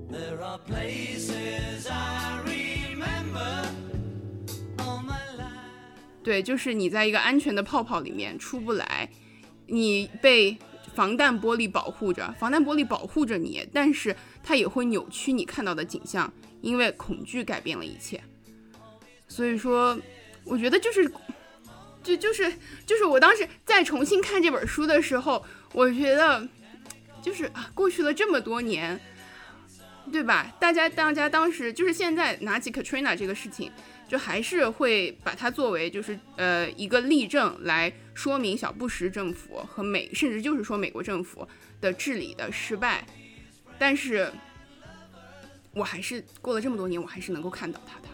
There are places I remember all my life。 对，就是你在一个安全的泡泡里面出不来，你被防弹玻璃保护着，防弹玻璃保护着你，但是它也会扭曲你看到的景象，因为恐惧改变了一切。所以说我觉得就是我当时再重新看这本书的时候，我觉得就是过去了这么多年，对吧？大家当时就是现在拿起 Katrina 这个事情，就还是会把它作为就是一个例证来说明小布什政府和甚至就是说美国政府的治理的失败。但是我还是过了这么多年，我还是能够看到它的。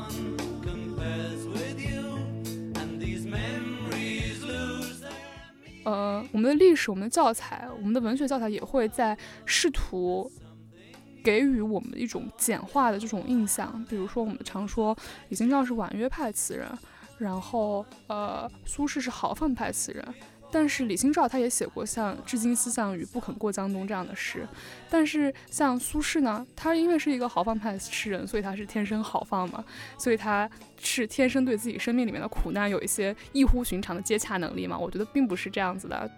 我们的历史、我们的教材、我们的文学教材也会在试图给予我们一种简化的这种印象。比如说我们常说李清照是婉约派词人，然后苏轼是豪放派词人，但是李清照他也写过像至今思项羽不肯过江东这样的诗。但是像苏轼呢，他因为是一个豪放派诗人，所以他是天生豪放嘛，所以他是天生对自己生命里面的苦难有一些异乎寻常的接洽能力嘛。我觉得并不是这样子的。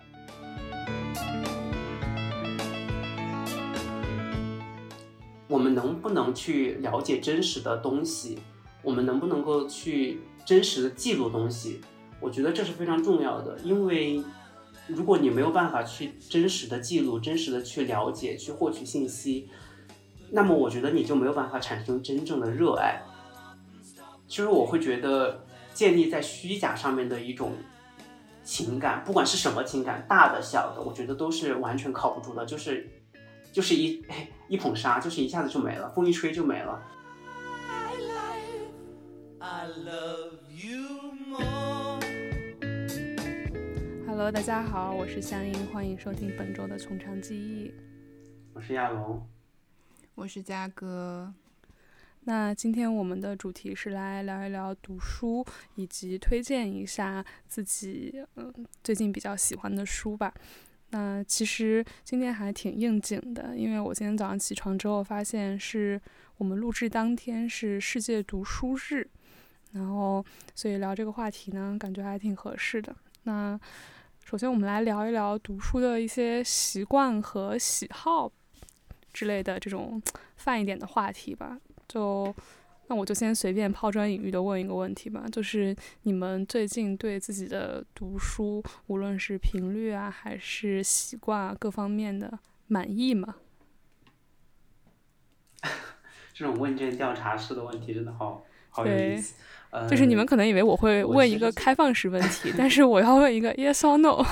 我们能不能去了解真实的东西，我们能不能够去真实的记录东西，我觉得这是非常重要的。因为如果你没有办法去真实的记录，真实的去了解，去获取信息，那么我觉得你就没有办法产生真正的热爱。其实我会觉得建立在虚假上面的一种情感，不管是什么情感，大的小的，我觉得都是完全靠不住的，就是一捧沙，就是一下子就没了，风一吹就没了。 I love you more。 Hello， 大家好，我是香音，欢迎收听本周的从长计议。 我是亚龙， 我是嘉哥。 那今天我们的主题是来聊一聊读书，以及推荐一下自己最近比较喜欢的书吧。那其实今天还挺应景的，因为我今天早上起床之后发现是我们录制当天是世界读书日，然后所以聊这个话题呢感觉还挺合适的。那首先我们来聊一聊读书的一些习惯和喜好之类的这种泛一点的话题吧。那我就先随便抛砖引玉的问一个问题吧，就是你们最近对自己的读书，无论是频率啊还是习惯啊各方面的满意吗？ 这种问卷调查式的问题真的好有意思。 就是你们可能以为我会问一个开放式问题，但是我要问一个 yes or no。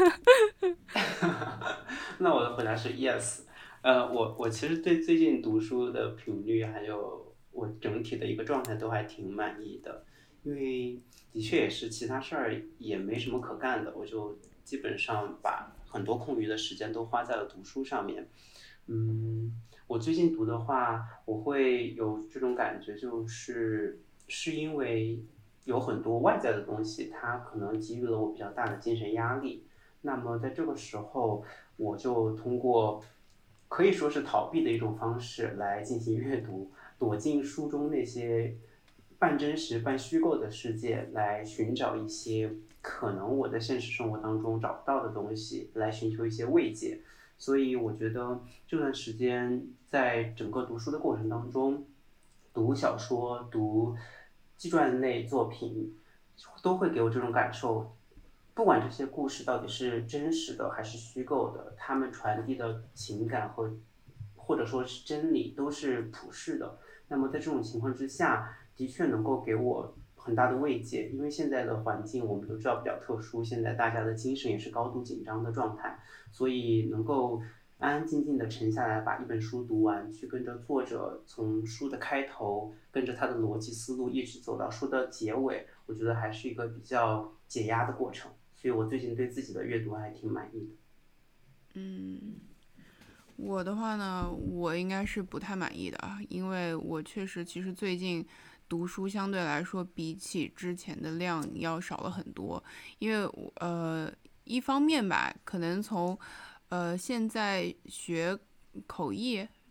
那我的回答是 yes。我其实对最近读书的频率还有我整体的一个状态都还挺满意的，因为的确也是其他事儿也没什么可干的，我就基本上把很多空余的时间都花在了读书上面。我最近读的话，我会有这种感觉，是因为有很多外在的东西，它可能给予了我比较大的精神压力。那么在这个时候，我就通过可以说是逃避的一种方式来进行阅读，躲进书中那些半真实半虚构的世界，来寻找一些可能我在现实生活当中找不到的东西，来寻求一些慰藉。所以我觉得这段时间在整个读书的过程当中，读小说、读纪传类作品，都会给我这种感受。不管这些故事到底是真实的还是虚构的，他们传递的情感或者说是真理都是普世的。那么在这种情况之下，的确能够给我很大的慰藉。因为现在的环境我们都知道比较特殊，现在大家的精神也是高度紧张的状态，所以能够安安静静的沉下来把一本书读完，去跟着作者从书的开头，跟着他的逻辑思路一直走到书的结尾，我觉得还是一个比较解压的过程。所以我最近对自己的阅读还挺满意的。 我的话呢，我应该是不太满意的啊，因为我确实其实最近读书相对来说比起之前的量要少了很多。因为一方面吧，可能从现在学口译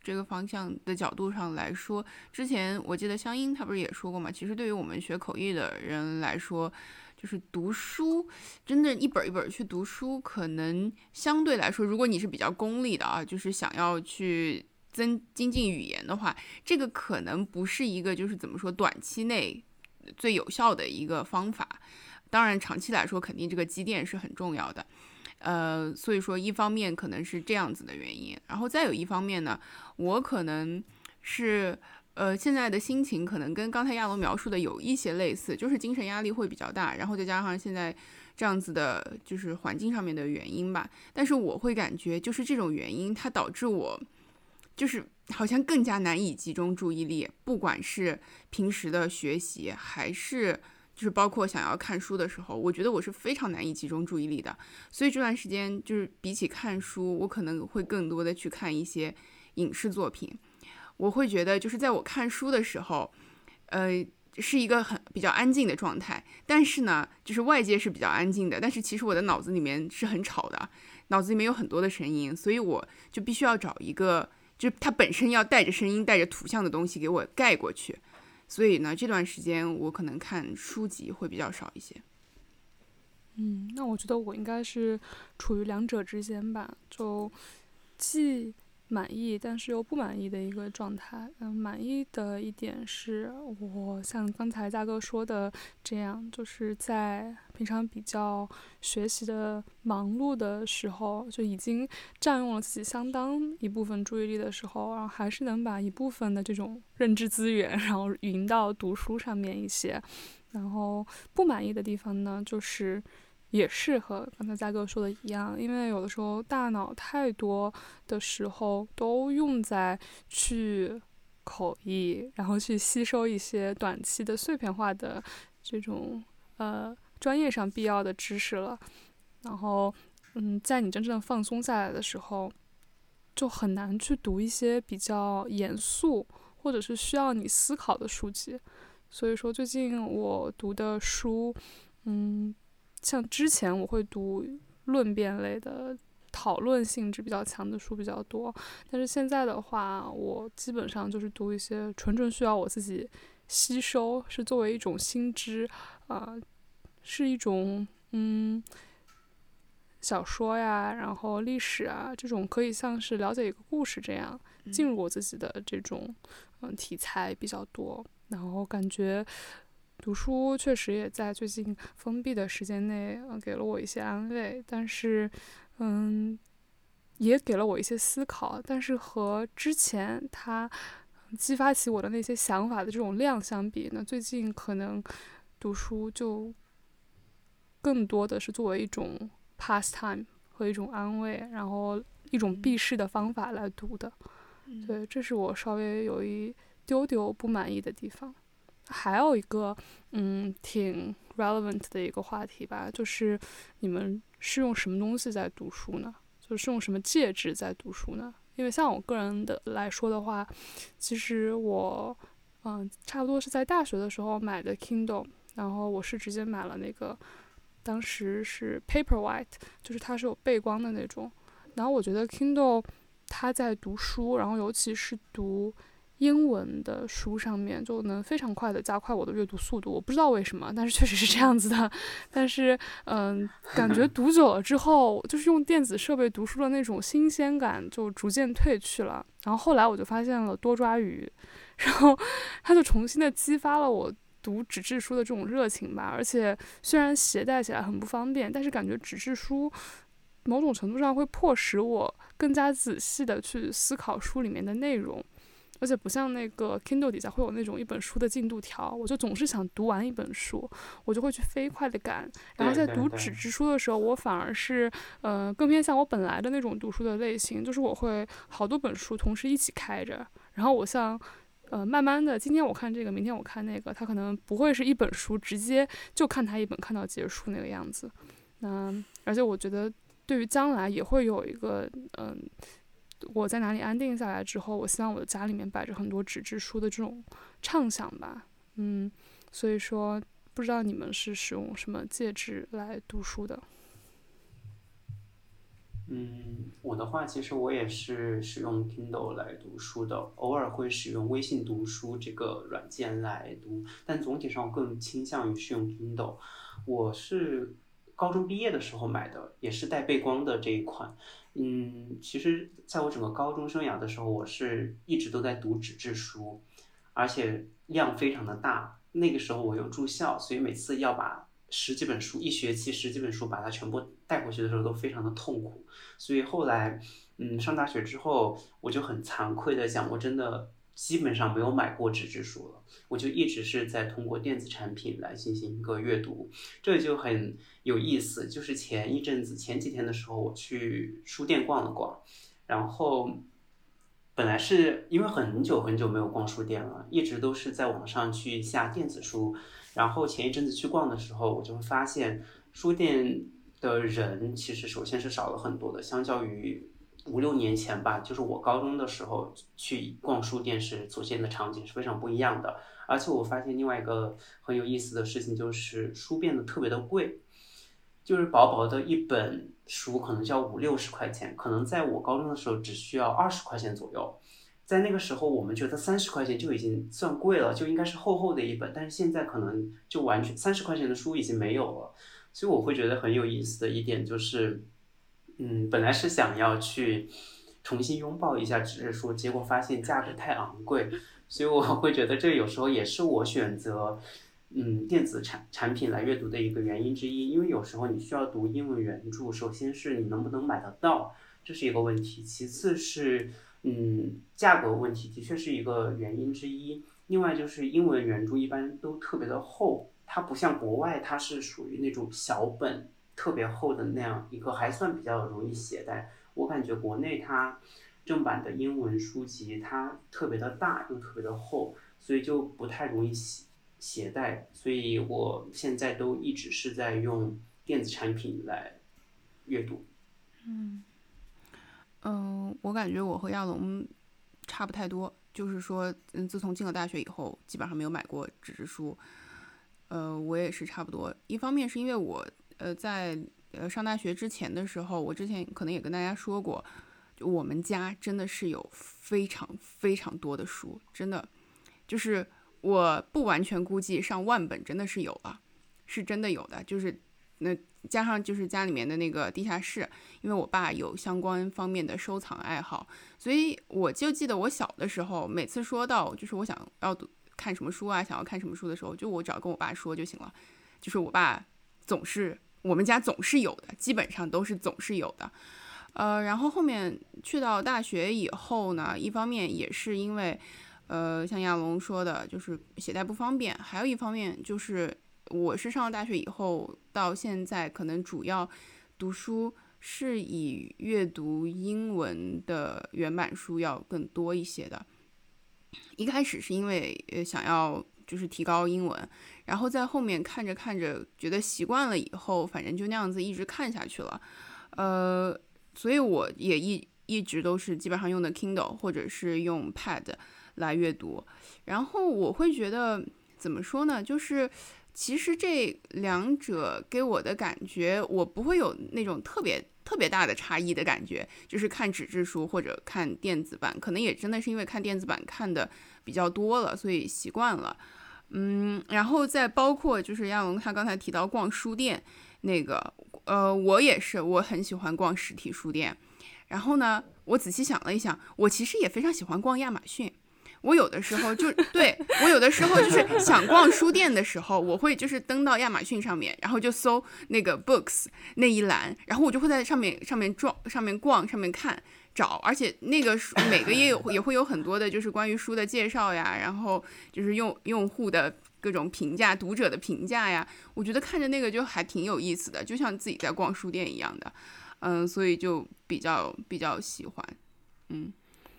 这个方向的角度上来说，之前我记得香音他不是也说过嘛，其实对于我们学口译的人来说，就是读书，真的一本一本去读书，可能相对来说，如果你是比较功利的啊，就是想要去精进语言的话，这个可能不是一个就是怎么说短期内最有效的一个方法。当然长期来说肯定这个积淀是很重要的。所以说一方面可能是这样子的原因，然后再有一方面呢，我可能是现在的心情可能跟刚才亚龙描述的有一些类似，就是精神压力会比较大，然后再加上现在这样子的就是环境上面的原因吧。但是我会感觉就是这种原因它导致我就是好像更加难以集中注意力，不管是平时的学习还是就是包括想要看书的时候，我觉得我是非常难以集中注意力的。所以这段时间就是比起看书，我可能会更多的去看一些影视作品。我会觉得就是在我看书的时候是一个比较安静的状态，但是呢就是外界是比较安静的，但是其实我的脑子里面是很吵的，脑子里面有很多的声音，所以我就必须要找一个就是它本身要带着声音带着图像的东西给我盖过去。所以呢这段时间我可能看书籍会比较少一些。 那我觉得我应该是处于两者之间吧，就既满意但是又不满意的一个状态。满意的一点是我像刚才嘉哥说的这样，就是在平常比较学习的忙碌的时候，就已经占用了自己相当一部分注意力的时候，然后还是能把一部分的这种认知资源然后引到读书上面一些。然后不满意的地方呢，就是也是和刚才嘉哥说的一样，因为有的时候大脑太多的时候都用在去口译，然后去吸收一些短期的碎片化的这种专业上必要的知识了。然后在你真正放松下来的时候，就很难去读一些比较严肃或者是需要你思考的书籍。所以说最近我读的书像之前我会读论辩类的讨论性质比较强的书比较多，但是现在的话我基本上就是读一些纯需要我自己吸收，是作为一种新知是一种小说呀然后历史啊，这种可以像是了解一个故事这样进入我自己的这种题材比较多。然后感觉读书确实也在最近封闭的时间内给了我一些安慰，但是也给了我一些思考，但是和之前它激发起我的那些想法的这种量相比呢，最近可能读书就更多的是作为一种 pastime 和一种安慰，然后一种避世的方法来读的。对，这是我稍微有一丢丢不满意的地方。还有一个挺 relevant 的一个话题吧，就是你们是用什么东西在读书呢？就是用什么介质在读书呢？因为像我个人的来说的话，其实我差不多是在大学的时候买的 Kindle， 然后我是直接买了那个当时是 Paperwhite， 就是它是有背光的那种。然后我觉得 Kindle 它在读书，然后尤其是读英文的书上面就能非常快的加快我的阅读速度，我不知道为什么，但是确实是这样子的。但是感觉读久了之后，就是用电子设备读书的那种新鲜感就逐渐褪去了。然后后来我就发现了多抓鱼，然后它就重新的激发了我读纸质书的这种热情吧。而且虽然携带起来很不方便，但是感觉纸质书某种程度上会迫使我更加仔细的去思考书里面的内容。而且不像那个 Kindle 底下会有那种一本书的进度条，我就总是想读完一本书，我就会去飞快的赶。然后在读纸质书的时候，我反而是更偏向我本来的那种读书的类型，就是我会好多本书同时一起开着，然后我像慢慢的今天我看这个，明天我看那个，它可能不会是一本书直接就看它一本看到结束那个样子。而且我觉得对于将来也会有一个我在哪里安定下来之后，我希望我的家里面摆着很多纸质书的这种畅想吧。所以说不知道你们是使用什么介质来读书的。 我的话，其实我也是使用 Kindle 来读书的，偶尔会使用微信读书这个软件来读，但总体上更倾向于是用 Kindle。我是高中毕业的时候买的，也是带背光的这一款。其实在我整个高中生涯的时候，我是一直都在读纸质书，而且量非常的大。那个时候我有住校，所以每次要把十几本书，一学期十几本书把它全部带回去的时候都非常的痛苦。所以后来上大学之后，我就很惭愧的讲，我真的基本上没有买过纸质书了，我就一直是在通过电子产品来进行一个阅读。这就很有意思，就是前几天的时候，我去书店逛了逛，然后本来是因为很久很久没有逛书店了，一直都是在网上去下电子书，然后前一阵子去逛的时候，我就会发现书店的人其实首先是少了很多的，相较于5、6年前吧，就是我高中的时候去逛书店时所见的场景是非常不一样的。而且我发现另外一个很有意思的事情，就是书变得特别的贵，就是薄薄的一本书可能就要50-60块钱，可能在我高中的时候只需要20块钱左右。在那个时候我们觉得30块钱就已经算贵了，就应该是厚厚的一本，但是现在可能就完全30块钱的书已经没有了。所以我会觉得很有意思的一点就是，本来是想要去重新拥抱一下纸质书，结果发现价格太昂贵，所以我会觉得这有时候也是我选择电子产品来阅读的一个原因之一。因为有时候你需要读英文原著，首先是你能不能买得到，这是一个问题，其次是价格问题的确是一个原因之一。另外就是英文原著一般都特别的厚，它不像国外，它是属于那种小本特别厚的那样一个，还算比较容易携带。我感觉国内它正版的英文书籍它特别的大又特别的厚，所以就不太容易携带，所以我现在都一直是在用电子产品来阅读。 我感觉我和亚龙差不太多，就是说，自从进了大学以后，基本上没有买过纸质书。我也是差不多。一方面是因为我在上大学之前的时候，我之前可能也跟大家说过，就我们家真的是有非常非常多的书，真的就是我不完全估计上万本真的是有了，是真的有的。就是那加上就是家里面的那个地下室，因为我爸有相关方面的收藏爱好，所以我就记得我小的时候，每次说到就是我想要看什么书啊，想要看什么书的时候，就我只要跟我爸说就行了。就是我爸我们家总是有的，基本上都是总是有的。然后后面去到大学以后呢，一方面也是因为像亚龙说的，就是携带不方便，还有一方面就是我是上了大学以后到现在，可能主要读书是以阅读英文的原版书要更多一些的。一开始是因为想要就是提高英文，然后在后面看着看着觉得习惯了以后，反正就那样子一直看下去了。所以我也一直都是基本上用的 Kindle 或者是用 Pad 来阅读。然后我会觉得怎么说呢，就是其实这两者给我的感觉，我不会有那种特别大的差异的感觉，就是看纸质书或者看电子版，可能也真的是因为看电子版看的比较多了，所以习惯了。然后再包括就是亚龙他刚才提到逛书店那个，我也是，我很喜欢逛实体书店。然后呢，我仔细想了一想，我其实也非常喜欢逛亚马逊。我有的时候就是想逛书店的时候，我会就是登到亚马逊上面，然后就搜那个 books 那一栏，然后我就会在上面逛上面看找，而且那个书每个也会有很多的就是关于书的介绍呀，然后就是用户的各种评价、读者的评价呀，我觉得看着那个就还挺有意思的，就像自己在逛书店一样的。所以就比较喜欢。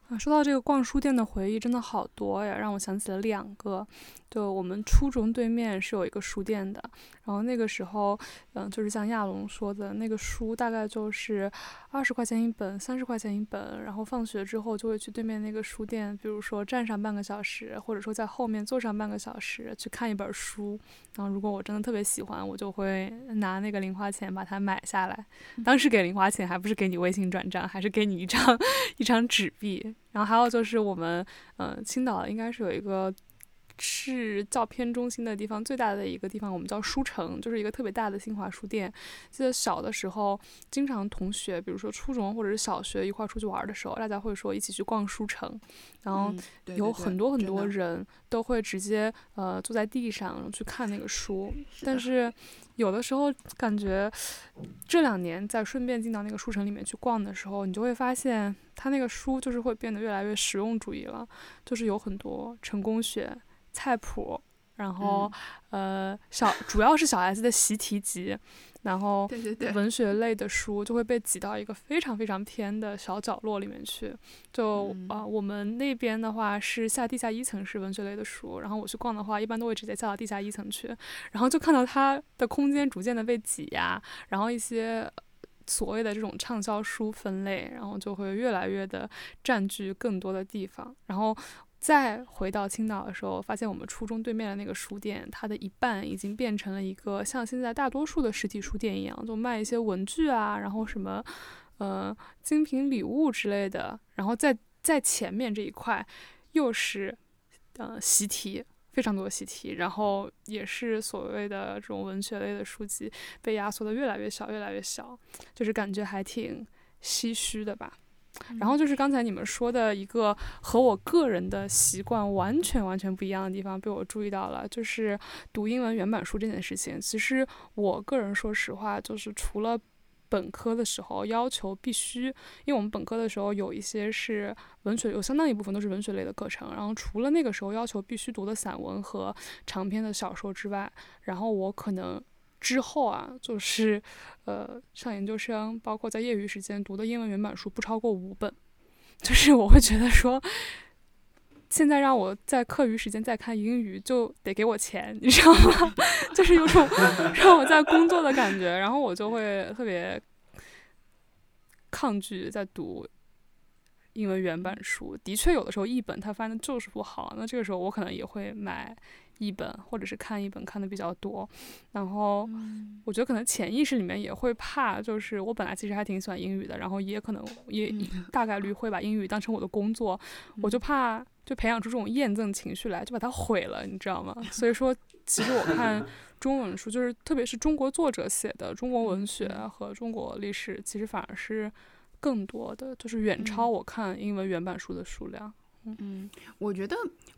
说到这个逛书店的回忆真的好多呀，让我想起了2个。就我们初中对面是有一个书店的，然后那个时候就是像亚龙说的，那个书大概就是20块钱一本，30块钱一本，然后放学之后就会去对面那个书店，比如说站上半个小时，或者说在后面坐上半个小时去看一本书，然后如果我真的特别喜欢，我就会拿那个零花钱把它买下来。当时给零花钱还不是给你微信转账，还是给你一张纸币。然后还有就是我们青岛应该是有一个是照片中心的地方，最大的一个地方我们叫书城，就是一个特别大的新华书店。记得小的时候经常同学比如说初中或者是小学一块出去玩的时候，大家会说一起去逛书城，然后有很多很多人都会直接坐在地上去看那个书。但是有的时候感觉这2年在顺便进到那个书城里面去逛的时候，你就会发现它那个书就是会变得越来越实用主义了，就是有很多成功学、菜谱，然后主要是小孩子的习题集，然后文学类的书就会被挤到一个非常非常偏的小角落里面去。就我们那边的话是地下1层是文学类的书，然后我去逛的话一般都会直接下到地下1层去，然后就看到它的空间逐渐的被挤压，然后一些所谓的这种畅销书分类，然后就会越来越的占据更多的地方。然后再回到青岛的时候，发现我们初中对面的那个书店，它的一半已经变成了一个像现在大多数的实体书店一样，就卖一些文具啊，然后什么精品礼物之类的。然后在前面这一块又是习题，非常多的习题，然后也是所谓的这种文学类的书籍被压缩的越来越小越来越小，就是感觉还挺唏嘘的吧。然后就是刚才你们说的一个和我个人的习惯完全不一样的地方被我注意到了，就是读英文原版书这件事情。其实我个人说实话，就是除了本科的时候要求必须，因为我们本科的时候有一些是文学，有相当一部分都是文学类的课程，然后除了那个时候要求必须读的散文和长篇的小说之外，然后我可能之后就是上研究生，包括在业余时间读的英文原版书不超过5本，就是我会觉得说，现在让我在课余时间再看英语就得给我钱，你知道吗？就是有种让我在工作的感觉，然后我就会特别抗拒在读英文原版书。的确有的时候一本它翻的就是不好，那这个时候我可能也会买一本，或者是看一本看的比较多。然后我觉得可能潜意识里面也会怕，就是我本来其实还挺喜欢英语的，然后也可能也大概率会把英语当成我的工作，我就怕就培养出这种厌憎情绪来，就把它毁了，你知道吗？所以说其实我看中文书，就是特别是中国作者写的中国文学和中国历史，其实反而是更多的，就是远超我看英文原版书的数量。 我觉得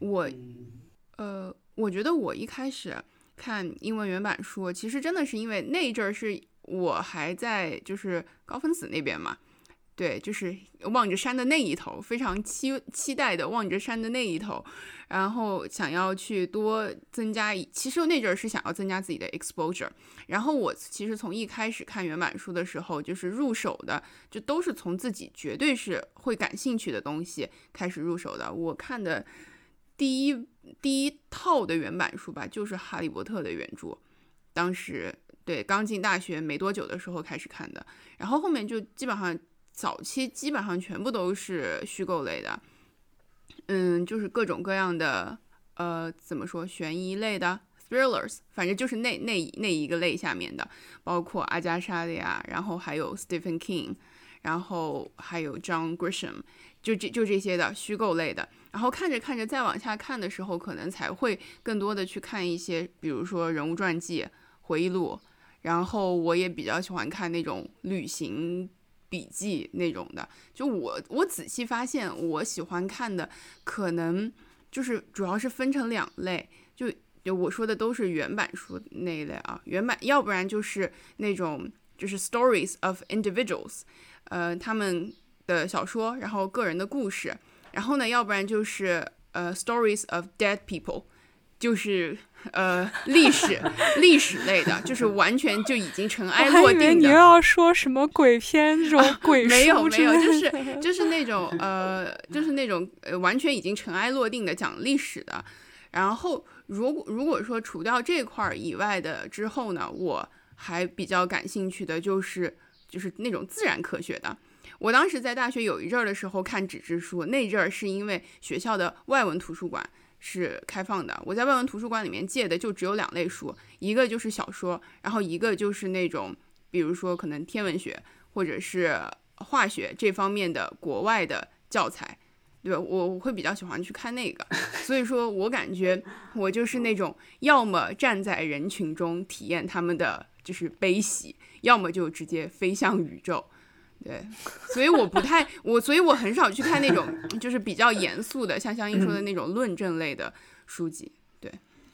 我觉得我一开始看英文原版书，其实真的是因为那一阵儿是我还在就是高分子那边嘛，对，就是望着山的那一头，非常期待的望着山的那一头，然后想要去多增加，其实那阵儿是想要增加自己的 exposure。然后我其实从一开始看原版书的时候，就是入手的就都是从自己绝对是会感兴趣的东西开始入手的。我看的第一套的原版书吧，就是哈利波特的原著，当时对刚进大学没多久的时候开始看的，然后后面就基本上早期基本上全部都是虚构类的，就是各种各样的怎么说悬疑类的 thrillers， 反正就是那一个类下面的，包括阿加莎的呀，然后还有 Stephen King， 然后还有 John Grisham， 就这些的虚构类的。然后看着看着再往下看的时候，可能才会更多的去看一些比如说人物传记、回忆录，然后我也比较喜欢看那种旅行笔记那种的。就我仔细发现我喜欢看的可能就是主要是分成2类，就我说的都是原版书那一类啊，原版要不然就是那种就是 stories of individuals， 他们的小说，然后个人的故事，然后呢要不然就是stories of dead people， 就是历史类的，就是完全就已经尘埃落定的。 我还以为你又要说什么鬼片这种鬼书没有， 之类的就是那种完全已经尘埃落定的讲历史的。然后如果说除掉这块以外的之后呢，我还比较感兴趣的就是那种自然科学的。我当时在大学有一阵儿的时候看纸质书，那阵儿是因为学校的外文图书馆是开放的，我在外文图书馆里面借的就只有2类书，一个就是小说，然后一个就是那种比如说可能天文学或者是化学这方面的国外的教材，对吧？我会比较喜欢去看那个，所以说我感觉我就是那种要么站在人群中体验他们的就是悲喜，要么就直接飞向宇宙。对，所以所以我很少去看那种就是比较严肃的，像香音说的那种论证类的书籍。对，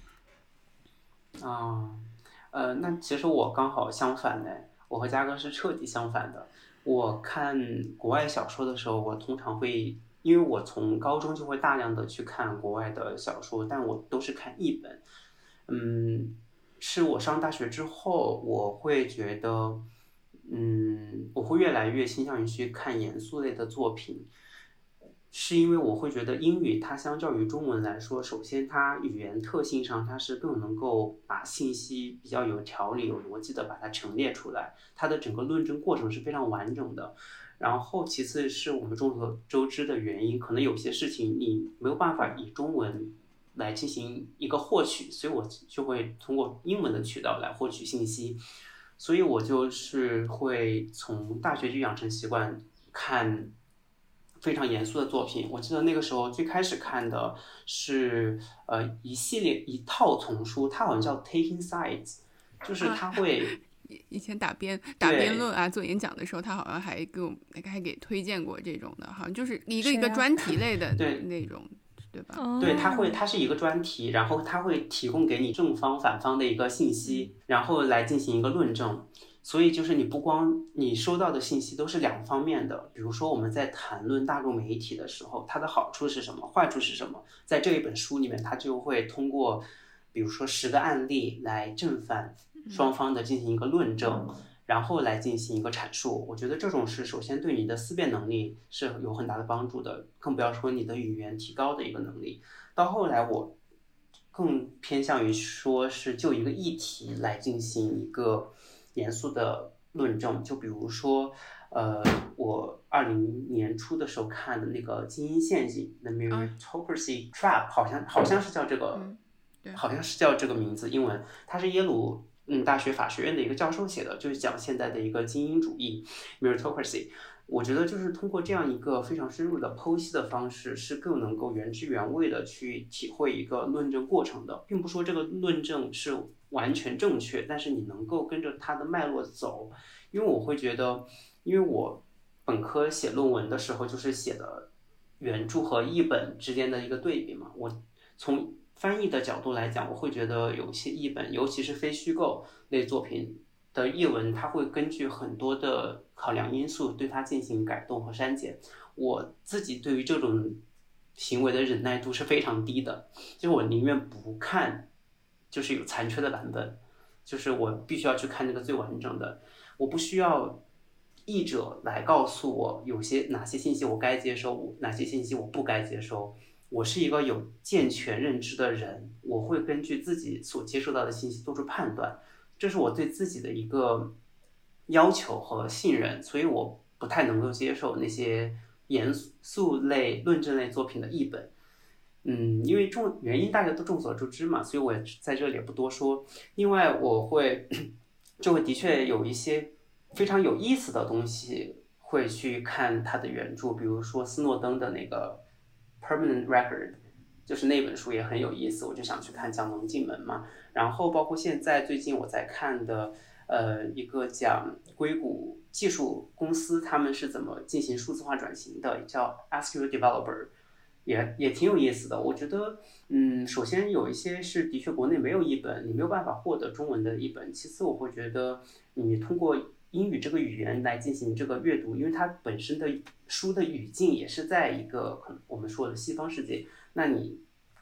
那其实我刚好相反呢，我和嘉哥是彻底相反的。我看国外小说的时候，我通常会，因为我从高中就会大量的去看国外的小说，但我都是看译本。是我上大学之后，我会觉得。我会越来越倾向于去看严肃类的作品，是因为我会觉得英语它相较于中文来说，首先它语言特性上它是更能够把信息比较有条理、有逻辑的把它陈列出来，它的整个论证过程是非常完整的。然后其次是我们众所周知的原因，可能有些事情你没有办法以中文来进行一个获取，所以我就会通过英文的渠道来获取信息。所以我就是会从大学就养成习惯看非常严肃的作品。我记得那个时候最开始看的是一套丛书，它好像叫 Taking Sides， 就是它会以前打辩论啊，做演讲的时候，他好像还给推荐过这种的，好像就是一个专题类的那种。对吧？ 对，它是一个专题，然后它会提供给你正方反方的一个信息，然后来进行一个论证。所以就是你不光你收到的信息都是2方面的，比如说我们在谈论大众媒体的时候，它的好处是什么，坏处是什么，在这一本书里面，它就会通过比如说10个案例来正反双方的进行一个论证。然后来进行一个阐述，我觉得这种是首先对你的思辨能力是有很大的帮助的，更不要说你的语言提高的一个能力。到后来我更偏向于说是就一个议题来进行一个严肃的论证，就比如说我20年初的时候看的那个精英陷阱 The Meritocracy Trap， 好像是叫这个，好像是叫这个名字，英文，它是耶鲁大学法学院的一个教授写的，就是讲现在的一个精英主义 meritocracy。 我觉得就是通过这样一个非常深入的剖析的方式，是更能够原汁原味的去体会一个论证过程的，并不说这个论证是完全正确，但是你能够跟着它的脉络走。因为我会觉得，因为我本科写论文的时候就是写的原著和译本之间的一个对比嘛，我从翻译的角度来讲，我会觉得有些译本，尤其是非虚构类作品的译文，它会根据很多的考量因素对它进行改动和删减。我自己对于这种行为的忍耐度是非常低的，就是我宁愿不看就是有残缺的版本，就是我必须要去看那个最完整的，我不需要译者来告诉我哪些信息我该接收，哪些信息我不该接收。我是一个有健全认知的人，我会根据自己所接受到的信息做出判断，这是我对自己的一个要求和信任。所以我不太能够接受那些严肃类论证类作品的译本。因为原因大家都众所周知嘛，所以我在这里也不多说。另外我会的确有一些非常有意思的东西会去看它的原著，比如说斯诺登的那个Permanent Record， 就是那本书也很有意思，我就想去看《将能进门》嘛。然后包括现在最近我在看的一个讲硅谷技术公司他们是怎么进行数字化转型的，叫 Ask Your Developer， 也挺有意思的。我觉得首先有一些是的确国内没有译本，你没有办法获得中文的译本。其次我会觉得你通过英语这个语言来进行这个阅读，因为它本身的书的语境也是在一个可能我们说的西方世界，那你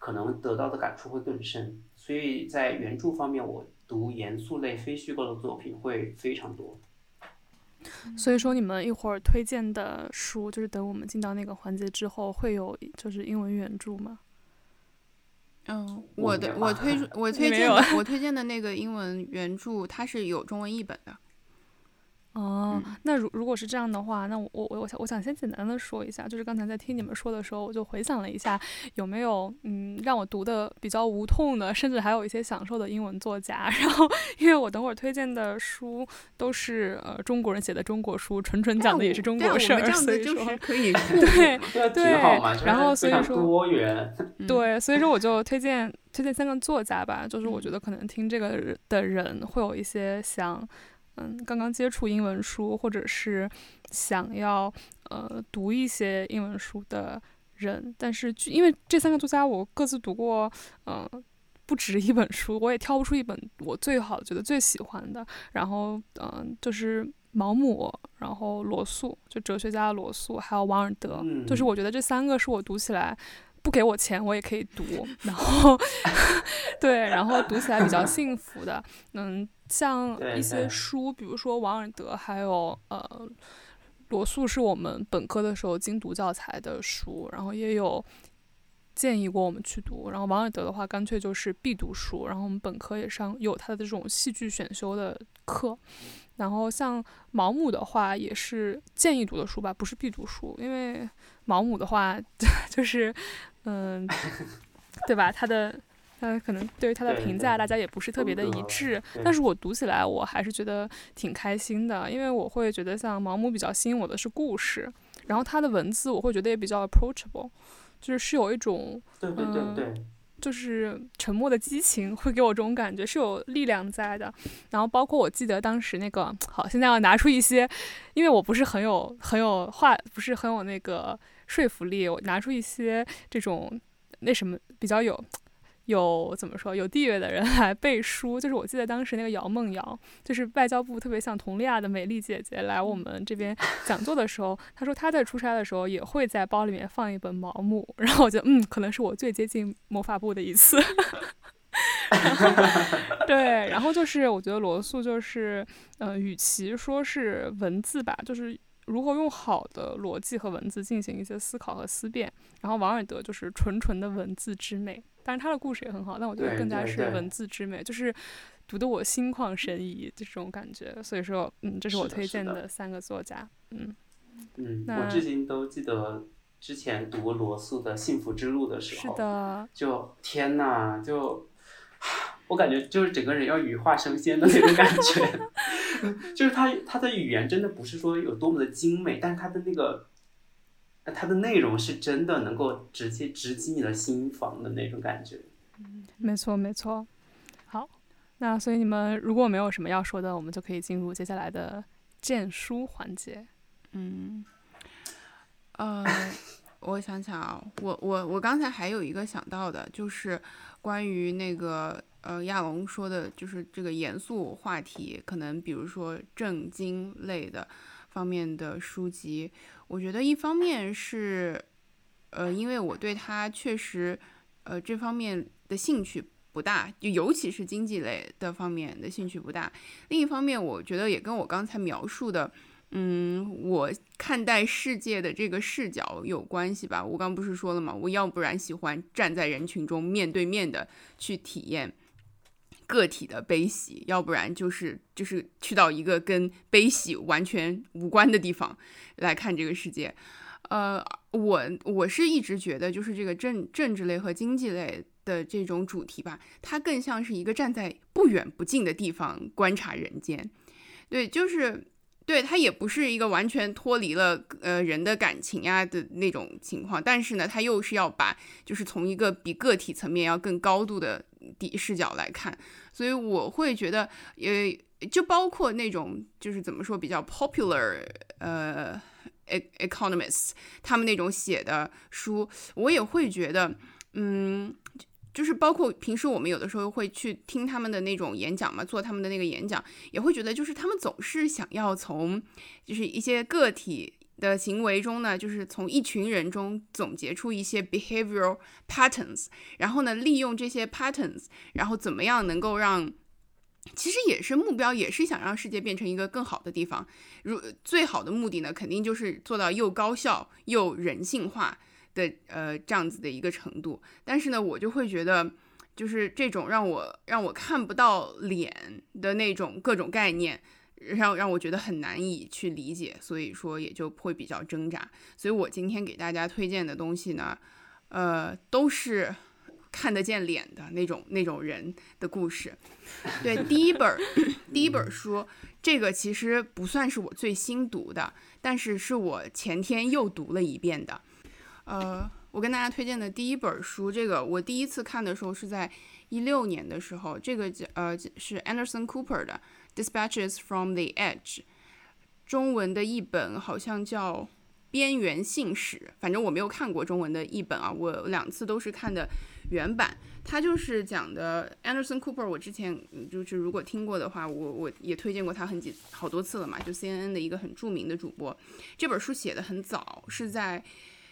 可能得到的感触会更深。所以在原著方面，我读严肃类非虚构的作品会非常多。 所以说你们一会儿推荐的书，就是等我们进到那个环节之后，会有就是英文原著吗？ 我推荐的那个英文原著，它是有中文译本的。 那如果是这样的话，那我想先简单的说一下，就是刚才在听你们说的时候，我就回想了一下，有没有让我读的比较无痛的，甚至还有一些享受的英文作家。然后，因为我等会儿推荐的书都是中国人写的中国书，纯讲的也是中国事儿，所以说可以对，然后所以说多元， 对，所以说我就推荐3个作家吧，就是我觉得可能听这个的人会有一些想。刚刚接触英文书，或者是想要读一些英文书的人，但是因为这3个作家我各自读过不止一本书，我也挑不出一本我最好觉得最喜欢的。然后就是毛姆，然后罗素，就哲学家的罗素，还有王尔德，就是我觉得这3个是我读起来不给我钱我也可以读，然后对，然后读起来比较幸福的。像一些书，比如说王尔德还有罗素是我们本科的时候精读教材的书，然后也有建议过我们去读。然后王尔德的话干脆就是必读书，然后我们本科也有他的这种戏剧选修的课。然后像毛姆的话也是建议读的书吧，不是必读书，因为毛姆的话就是对吧，他可能对于他的评价大家也不是特别的一致，但是我读起来我还是觉得挺开心的，因为我会觉得像毛姆比较吸引我的是故事，然后他的文字我会觉得也比较 approachable， 就是有一种就是沉默的激情，会给我这种感觉，是有力量在的。然后包括我记得当时那个，好，现在要拿出一些，因为我不是很有话，不是很有那个说服力，我拿出一些这种那什么比较有怎么说有地位的人来背书。就是我记得当时那个姚梦瑶，就是外交部特别像佟丽娅的美丽姐姐来我们这边讲座的时候，她说她在出差的时候也会在包里面放一本毛姆，然后我觉得可能是我最接近魔法部的一次对，然后就是我觉得罗素就是与其说是文字吧，就是如何用好的逻辑和文字进行一些思考和思辨，然后王尔德就是纯的文字之美，当然他的故事也很好，但我觉得更加是文字之美，就是读得我心旷神怡这种感觉。所以说这是我推荐的3个作家。 我至今都记得之前读罗素的《幸福之路》的时候， 是的， 就天哪，就我感觉就是整个人要羽化升仙的那种感觉就是他的语言真的不是说有多么的精美，但是它的内容是真的能够直击你的心房的那种感觉。 没错没错。好，那所以你们如果没有什么要说的，我们就可以进入接下来的荐书环节。 我想想啊，我刚才还有一个想到的，就是关于那个亚龙说的，就是这个严肃话题，可能比如说正经类的方面的书籍，我觉得一方面是因为我对它确实这方面的兴趣不大，就尤其是经济类的方面的兴趣不大。另一方面，我觉得也跟我刚才描述的我看待世界的这个视角有关系吧。我刚不是说了吗？我要不然喜欢站在人群中面对面的去体验个体的悲喜，要不然就是去到一个跟悲喜完全无关的地方来看这个世界。我是一直觉得就是这个政治类和经济类的这种主题吧，它更像是一个站在不远不近的地方观察人间。对，就是对，它也不是一个完全脱离了人的感情呀的那种情况，但是呢，它又是要把就是从一个比个体层面要更高度的视角来看，所以我会觉得就包括那种就是怎么说比较 popular economists 他们那种写的书，我也会觉得就是包括平时我们有的时候会去听他们的那种演讲嘛，做他们的那个演讲，也会觉得就是他们总是想要从就是一些个体的行为中呢，就是从一群人中总结出一些 behavioral patterns， 然后呢，利用这些 patterns， 然后怎么样能够让，其实也是目标，也是想让世界变成一个更好的地方。最好的目的呢，肯定就是做到又高效又人性化的这样子的一个程度。但是呢，我就会觉得，就是这种让我看不到脸的那种各种概念。让我觉得很难以去理解，所以说也就会比较挣扎。所以我今天给大家推荐的东西呢，都是看得见脸的那种人的故事。对，第一本书，这个其实不算是我最新读的，但是是我前天又读了一遍的。我跟大家推荐的第一本书，这个我第一次看的时候是在2016年的时候，这个是 Anderson Cooper 的Dispatches from the Edge， 中文的译本好像叫边缘信使，反正我没有看过中文的译本啊，我2次都是看的原版。他就是讲的 Anderson Cooper， 我之前就是如果听过的话，我也推荐过他好多次了嘛，就 CNN 的一个很著名的主播。这本书写的很早，是在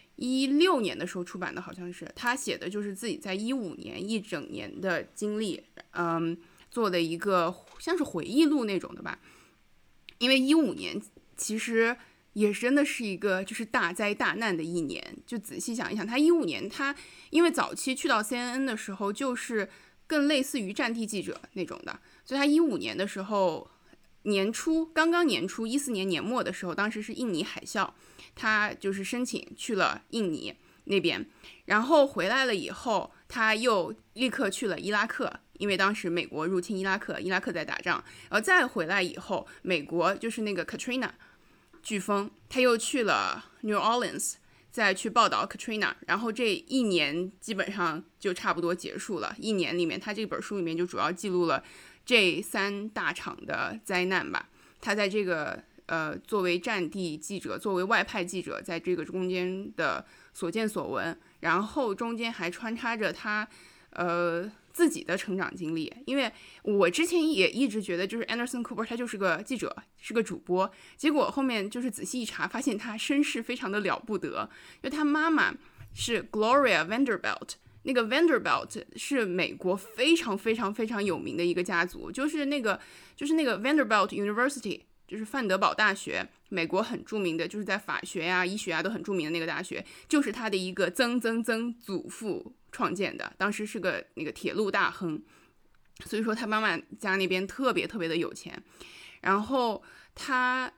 2016年的时候出版的，好像是他写的就是自己在2015年一整年的经历，做的一个像是回忆录那种的吧。因为2015年其实也真的是一个就是大灾大难的一年，就仔细想一想，他2015年他因为早期去到 CNN 的时候就是更类似于战地记者那种的，所以他2015年的时候刚刚年初14年年末的时候，当时是印尼海啸，他就是申请去了印尼那边，然后回来了以后他又立刻去了伊拉克，因为当时美国入侵伊拉克，伊拉克在打仗，然后再回来以后，美国就是那个 Katrina 飓风，他又去了 New Orleans， 再去报道 Katrina， 然后这一年基本上就差不多结束了。一年里面，他这本书里面就主要记录了这3大场的灾难吧。他在这个作为战地记者，作为外派记者，在这个中间的所见所闻，然后中间还穿插着他自己的成长经历。因为我之前也一直觉得就是 Anderson Cooper 他就是个记者，是个主播，结果后面就是仔细一查，发现他身世非常的了不得。因为他妈妈是 Gloria Vanderbilt， 那个 Vanderbilt 是美国非常非常非常有名的一个家族，就是那个 Vanderbilt University， 就是范德堡大学，美国很著名的，就是在法学啊、医学啊都很著名的那个大学，就是他的一个曾祖父创建的，当时是个那个铁路大亨，所以说他妈妈家那边特别特别的有钱。然后他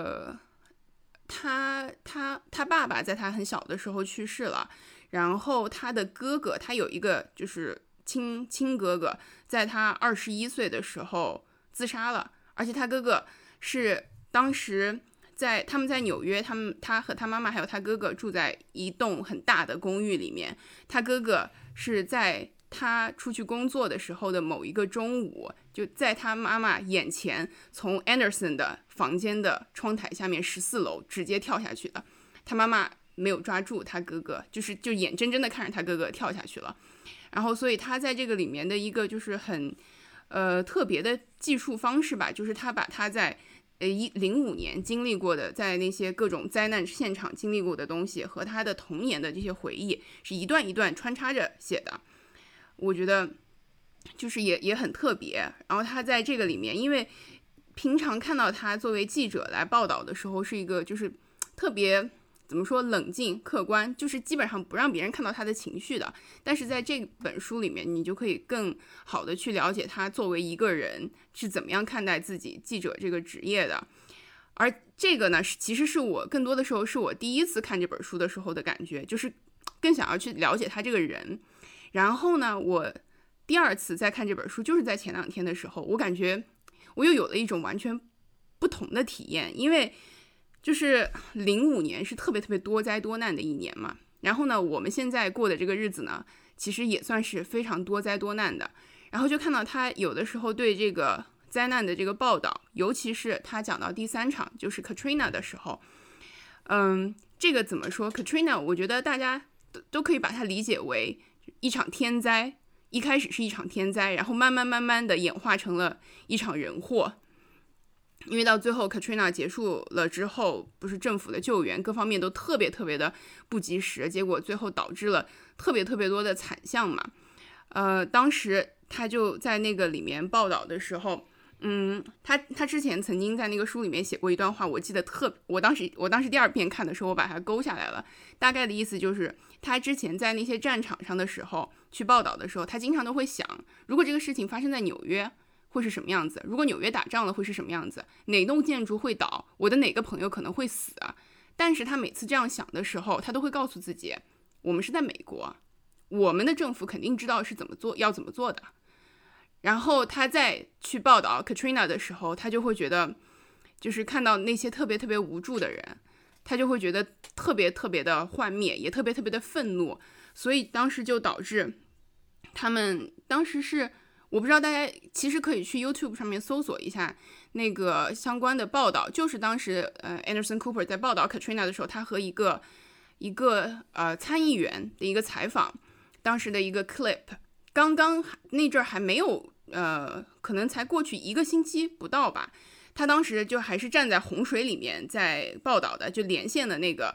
爸爸在他很小的时候去世了，然后他的哥哥，他有一个就是亲哥哥，在他21岁的时候自杀了，而且他哥哥是当时他们在纽约，他和他妈妈还有他哥哥住在一栋很大的公寓里面。他哥哥是在他出去工作的时候的某一个中午，就在他妈妈眼前从 Anderson 的房间的窗台下面14楼直接跳下去的。他妈妈没有抓住他哥哥，就眼睁睁的看着他哥哥跳下去了。然后所以他在这个里面的一个就是很特别的技术方式吧，就是他把他在2005年经历过的，在那些各种灾难现场经历过的东西和他的童年的这些回忆是一段一段穿插着写的，我觉得就是也很特别。然后他在这个里面，因为平常看到他作为记者来报道的时候是一个就是特别怎么说冷静客观，就是基本上不让别人看到他的情绪的，但是在这本书里面你就可以更好的去了解他作为一个人是怎么样看待自己记者这个职业的。而这个呢，其实是我更多的时候是我第一次看这本书的时候的感觉，就是更想要去了解他这个人。然后呢，我第2次再看这本书，就是在前2天的时候，我感觉我又有了一种完全不同的体验。因为就是05年是特别特别多灾多难的一年嘛，然后呢，我们现在过的这个日子呢，其实也算是非常多灾多难的。然后就看到他有的时候对这个灾难的这个报道，尤其是他讲到第3场就是 Katrina 的时候，这个怎么说 Katrina 我觉得大家都可以把它理解为一场天灾，一开始是一场天灾，然后慢慢的演化成了一场人祸。 因为到最后 Katrina 结束了之后，不是政府的救援各方面都特别特别的不及时，结果最后导致了特别特别多的惨象嘛。当时他就在那个里面报道的时候，他之前曾经在那个书里面写过一段话，我记得我当时第二遍看的时候，我把它勾下来了。大概的意思就是，他之前在那些战场上的时候去报道的时候，他经常都会想，如果这个事情发生在纽约会是什么样子？如果纽约打仗了会是什么样子？哪栋建筑会倒？我的哪个朋友可能会死啊？但是他每次这样想的时候，他都会告诉自己，我们是在美国，我们的政府肯定知道是怎么做，要怎么做的。然后他再去报道 Katrina 的时候，他就会觉得，就是看到那些特别特别无助的人，他就会觉得特别特别的幻灭，也特别特别的愤怒。所以当时就导致他们当时是，我不知道大家其实可以去 YouTube 上面搜索一下那个相关的报道，就是当时Anderson Cooper 在报道 Katrina 的时候，他和一个参议员的一个采访，当时的一个 clip， 刚刚那阵儿还没有可能才过去1个星期不到吧，他当时就还是站在洪水里面在报道的，就连线的那个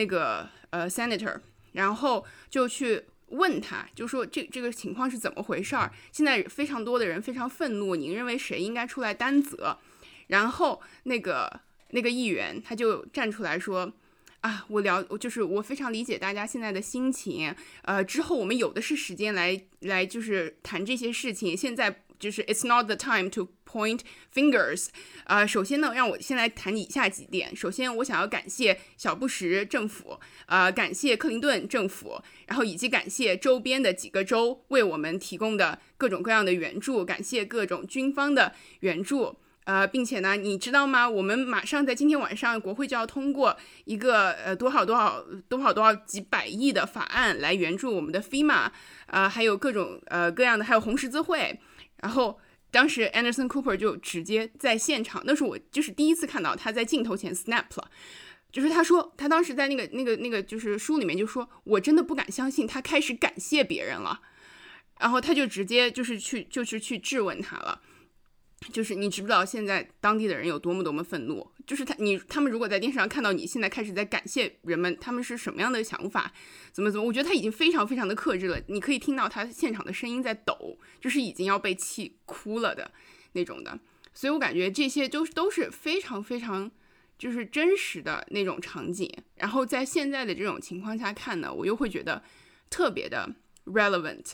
senator， 然后就去问他，就说这个情况是怎么回事儿？现在非常多的人非常愤怒，您认为谁应该出来担责？然后那个议员他就站出来说，啊，就是我非常理解大家现在的心情，之后我们有的是时间来就是谈这些事情，现在就是 it's not the time to point fingers。首先呢，让我先来谈以下几点。首先，我想要感谢小布什政府，感谢克林顿政府，然后以及感谢周边的几个州为我们提供的各种各样的援助，感谢各种军方的援助。并且呢，你知道吗？我们马上在今天晚上，国会就要通过一个多少几百亿的法案来援助我们的 FEMA， 还有各种各样的，还有红十字会。然后当时 Anderson Cooper 就直接在现场，那是我就是第一次看到他在镜头前 snap 了，就是他说他当时在那个就是书里面就说，我真的不敢相信他开始感谢别人了，然后他就直接就是去质问他了。就是你知不知道现在当地的人有多么愤怒？就是他们如果在电视上看到你现在开始在感谢人们，他们是什么样的想法？怎么？我觉得他已经非常非常的克制了，你可以听到他现场的声音在抖，就是已经要被气哭了的那种的。所以我感觉这些都是非常非常就是真实的那种场景。然后在现在的这种情况下看呢，我又会觉得特别的 relevant。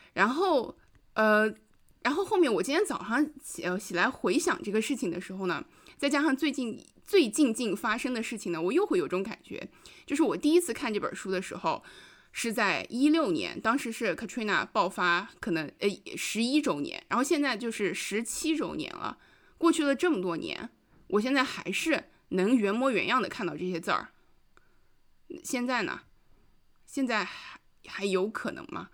然后后面我今天早上起来回想这个事情的时候呢，再加上最近发生的事情呢，我又会有种感觉，就是我第一次看这本书的时候是在2016年，当时是 Katrina 爆发可能11周年，然后现在就是17周年了，过去了这么多年，我现在还是能原模原样的看到这些字儿。现在呢？现在还有可能吗？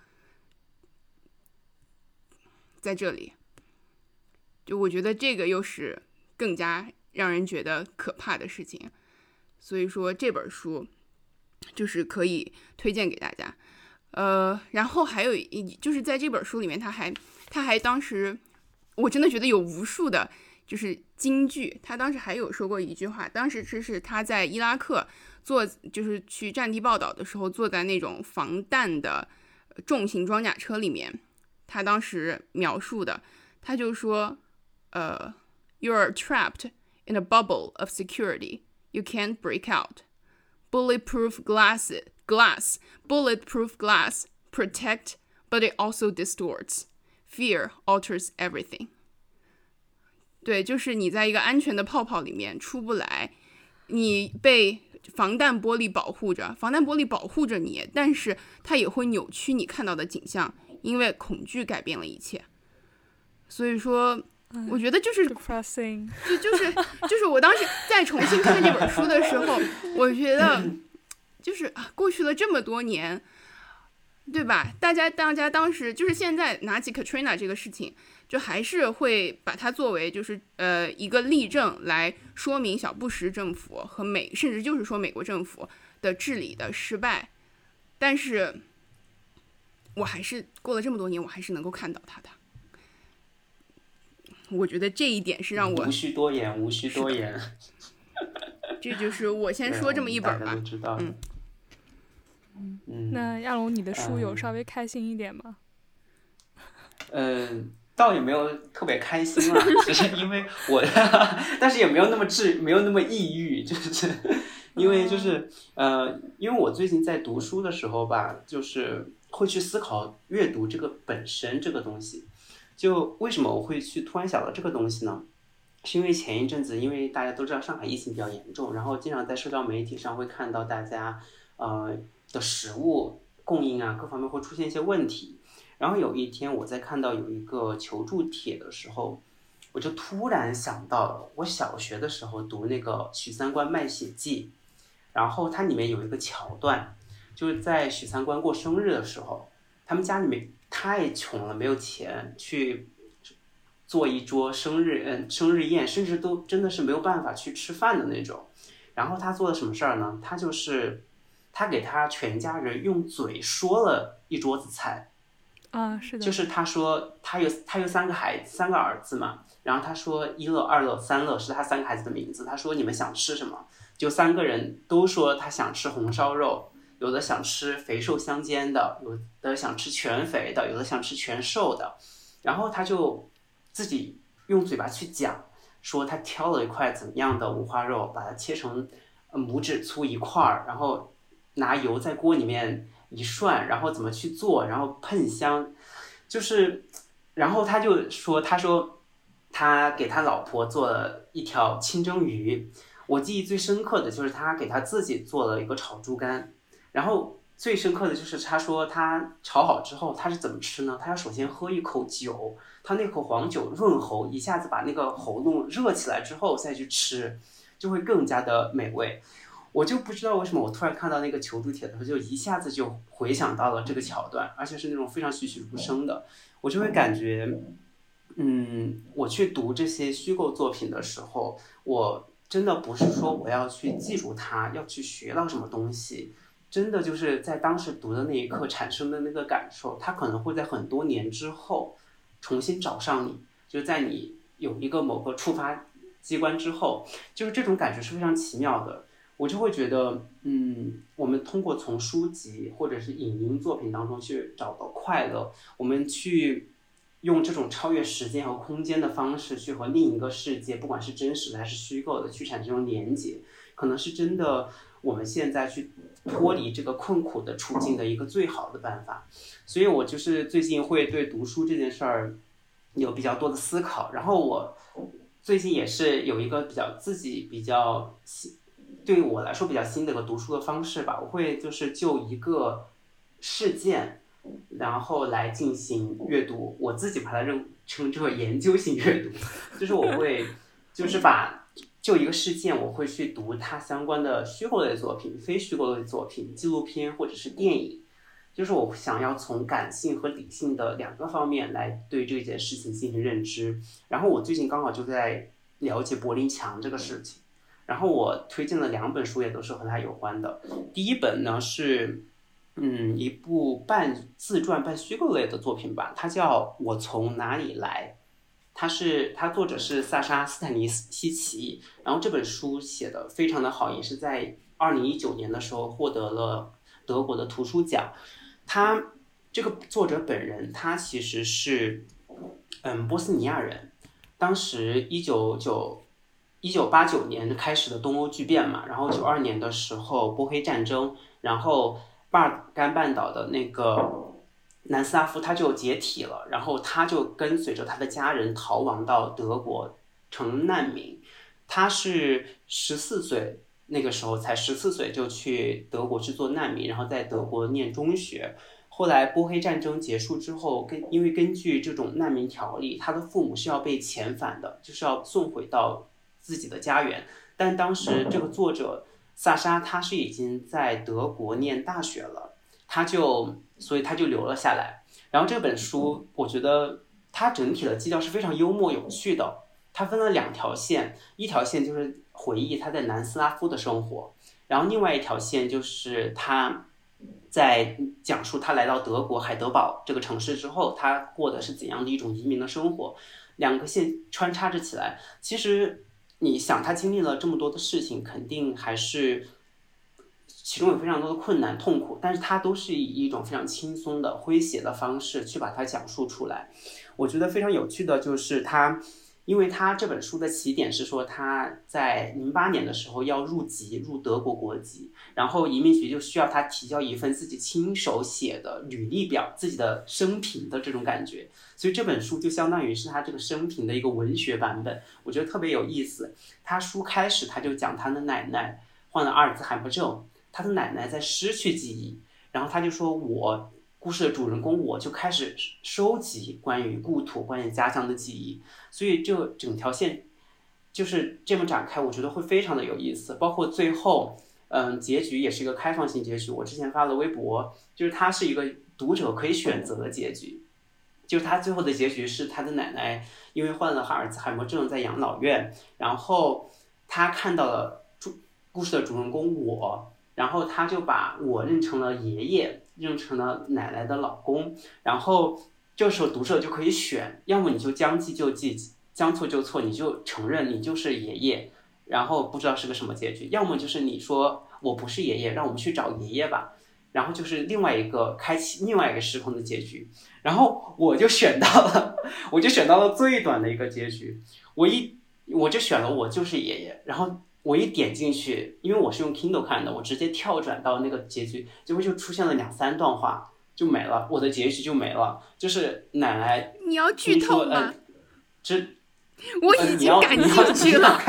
在这里，就我觉得这个又是更加让人觉得可怕的事情，所以说这本书就是可以推荐给大家。然后还有就是在这本书里面，他还当时我真的觉得有无数的就是金句。他当时还有说过一句话，当时是他在伊拉克就是去战地报道的时候，坐在那种防弹的重型装甲车里面。他当时描述的，他就说，You're trapped in a bubble of security. You can't break out. Bulletproof glass, bulletproof glass protect, but it also distorts. Fear alters everything. 对，就是你在一个安全的泡泡里面出不来，你被防弹玻璃保护着，防弹玻璃保护着你，但是它也会扭曲你看到的景象。因为恐惧改变了一切，所以说，我觉得就是，就是我当时再重新看这本书的时候，我觉得就是过去了这么多年，对吧？大家当时就是现在拿起 Katrina 这个事情，就还是会把它作为就是一个例证来说明小布什政府和甚至就是说美国政府的治理的失败，但是。我还是过了这么多年，我还是能够看到他的。 我觉得这一点是让我无需多言，无需多言。 这就是我先说这么一本吧。 大家都知道。 那亚龙，你的书有稍微开心一点吗？ 倒也没有特别开心啦，只是因为我，但是也没有那么抑郁，就是因为就是因为我最近在读书的时候吧，就是会去思考阅读这个本身这个东西。就为什么我会去突然想到这个东西呢？是因为前一阵子，因为大家都知道上海疫情比较严重，然后经常在社交媒体上会看到大家的食物供应啊各方面会出现一些问题。然后有一天我在看到有一个求助帖的时候，我就突然想到了我小学的时候读那个《许三观卖血记》，然后它里面有一个桥段，就是在许三观过生日的时候，他们家里面太穷了，没有钱去做一桌生日宴，甚至都真的是没有办法去吃饭的那种。然后他做了什么事儿呢？他给他全家人用嘴说了一桌子菜。 是的， 就是他说他有3个儿子嘛，然后他说1乐、2乐、3乐是他3个孩子的名字。他说你们想吃什么？就3个人都说他想吃红烧肉，有的想吃肥瘦相间的，有的想吃全肥的，有的想吃全瘦的。然后他就自己用嘴巴去讲，说他挑了一块怎么样的五花肉，把它切成拇指粗一块，然后拿油在锅里面一涮，然后怎么去做，然后喷香，然后他说他给他老婆做了一条清蒸鱼。我记忆最深刻的就是他给他自己做了一个炒猪肝，然后最深刻的就是他说他炒好之后他是怎么吃呢？他要首先喝一口酒，他那口黄酒润喉，一下子把那个喉咙热起来之后再去吃，就会更加的美味。我就不知道为什么我突然看到那个求助帖的时候，就一下子就回想到了这个桥段，而且是那种非常栩栩如生的。我就会感觉我去读这些虚构作品的时候，我真的不是说我要去记住它，要去学到什么东西，真的就是在当时读的那一刻产生的那个感受，它可能会在很多年之后重新找上你，就在你有一个某个触发机关之后，就是这种感觉是非常奇妙的。我就会觉得我们通过从书籍或者是影音作品当中去找到快乐，我们去用这种超越时间和空间的方式去和另一个世界，不管是真实的还是虚构的，去产生连结，可能是真的我们现在去脱离这个困苦的处境的一个最好的办法。所以我就是最近会对读书这件事儿有比较多的思考，然后我最近也是有一个自己比较对我来说比较新的一个读书的方式吧。我会就是就一个事件然后来进行阅读，我自己把它称之为研究性阅读，就是我会就是就一个事件，我会去读它相关的虚构类作品、非虚构类作品、纪录片或者是电影，就是我想要从感性和理性的2个方面来对这件事情进行认知。然后我最近刚好就在了解柏林墙这个事情，然后我推荐了2本书，也都是和它有关的。第一本呢是一部半自传半虚构类的作品吧，它叫《我从哪里来》，它作者是萨沙斯坦尼西奇，然后这本书写的非常的好，也是在2019年的时候获得了德国的图书奖。他这个作者本人他其实是波斯尼亚人，当时1989年开始的东欧剧变嘛，然后92年的时候波黑战争，然后巴尔干半岛的那个南斯拉夫他就解体了，然后他就跟随着他的家人逃亡到德国成难民。他是14岁，那个时候才14岁就去德国去做难民，然后在德国念中学。后来波黑战争结束之后，因为根据这种难民条例，他的父母是要被遣返的，就是要送回到自己的家园。但当时这个作者萨沙他是已经在德国念大学了，所以他就留了下来。然后这本书我觉得它整体的基调是非常幽默有趣的，它分了2条线，一条线就是回忆他在南斯拉夫的生活，然后另外一条线就是他在讲述他来到德国海德堡这个城市之后，他过的是怎样的一种移民的生活。 两个线穿插着起来。其实你想，他经历了这么多的事情，肯定还是其中有非常多的困难痛苦，但是他都是以一种非常轻松的诙谐的方式去把它讲述出来。我觉得非常有趣的就是他，因为他这本书的起点是说他在08年的时候要入德国国籍，然后移民局就需要他提交一份自己亲手写的履历表，自己的生平的这种感觉，所以这本书就相当于是他这个生平的一个文学版本，我觉得特别有意思。他书开始他就讲他的奶奶患了阿尔兹海默症，他的奶奶在失去记忆，然后他就说故事的主人公我就开始收集关于故土关于家乡的记忆，所以这整条线就是这么展开，我觉得会非常的有意思。包括最后结局也是一个开放性结局，我之前发了微博，就是它是一个读者可以选择的结局，就是他最后的结局是他的奶奶因为患了阿尔兹海默症在养老院，然后他看到了故事的主人公我，然后他就把我认成了爷爷，认成了奶奶的老公，然后这时候读者就可以选，要么你就将计就计，将错就错，你就承认你就是爷爷，然后不知道是个什么结局，要么就是你说我不是爷爷，让我们去找爷爷吧，然后就是另外一个开启另外一个时空的结局。然后我就选到了最短的一个结局，我就选了我就是爷爷，然后我一点进去，因为我是用 Kindle 看的，我直接跳转到那个结局，结果就出现了2-3段话就没了，我的结局就没了，就是奶奶。 你要剧透吗？ 我已经感兴趣了。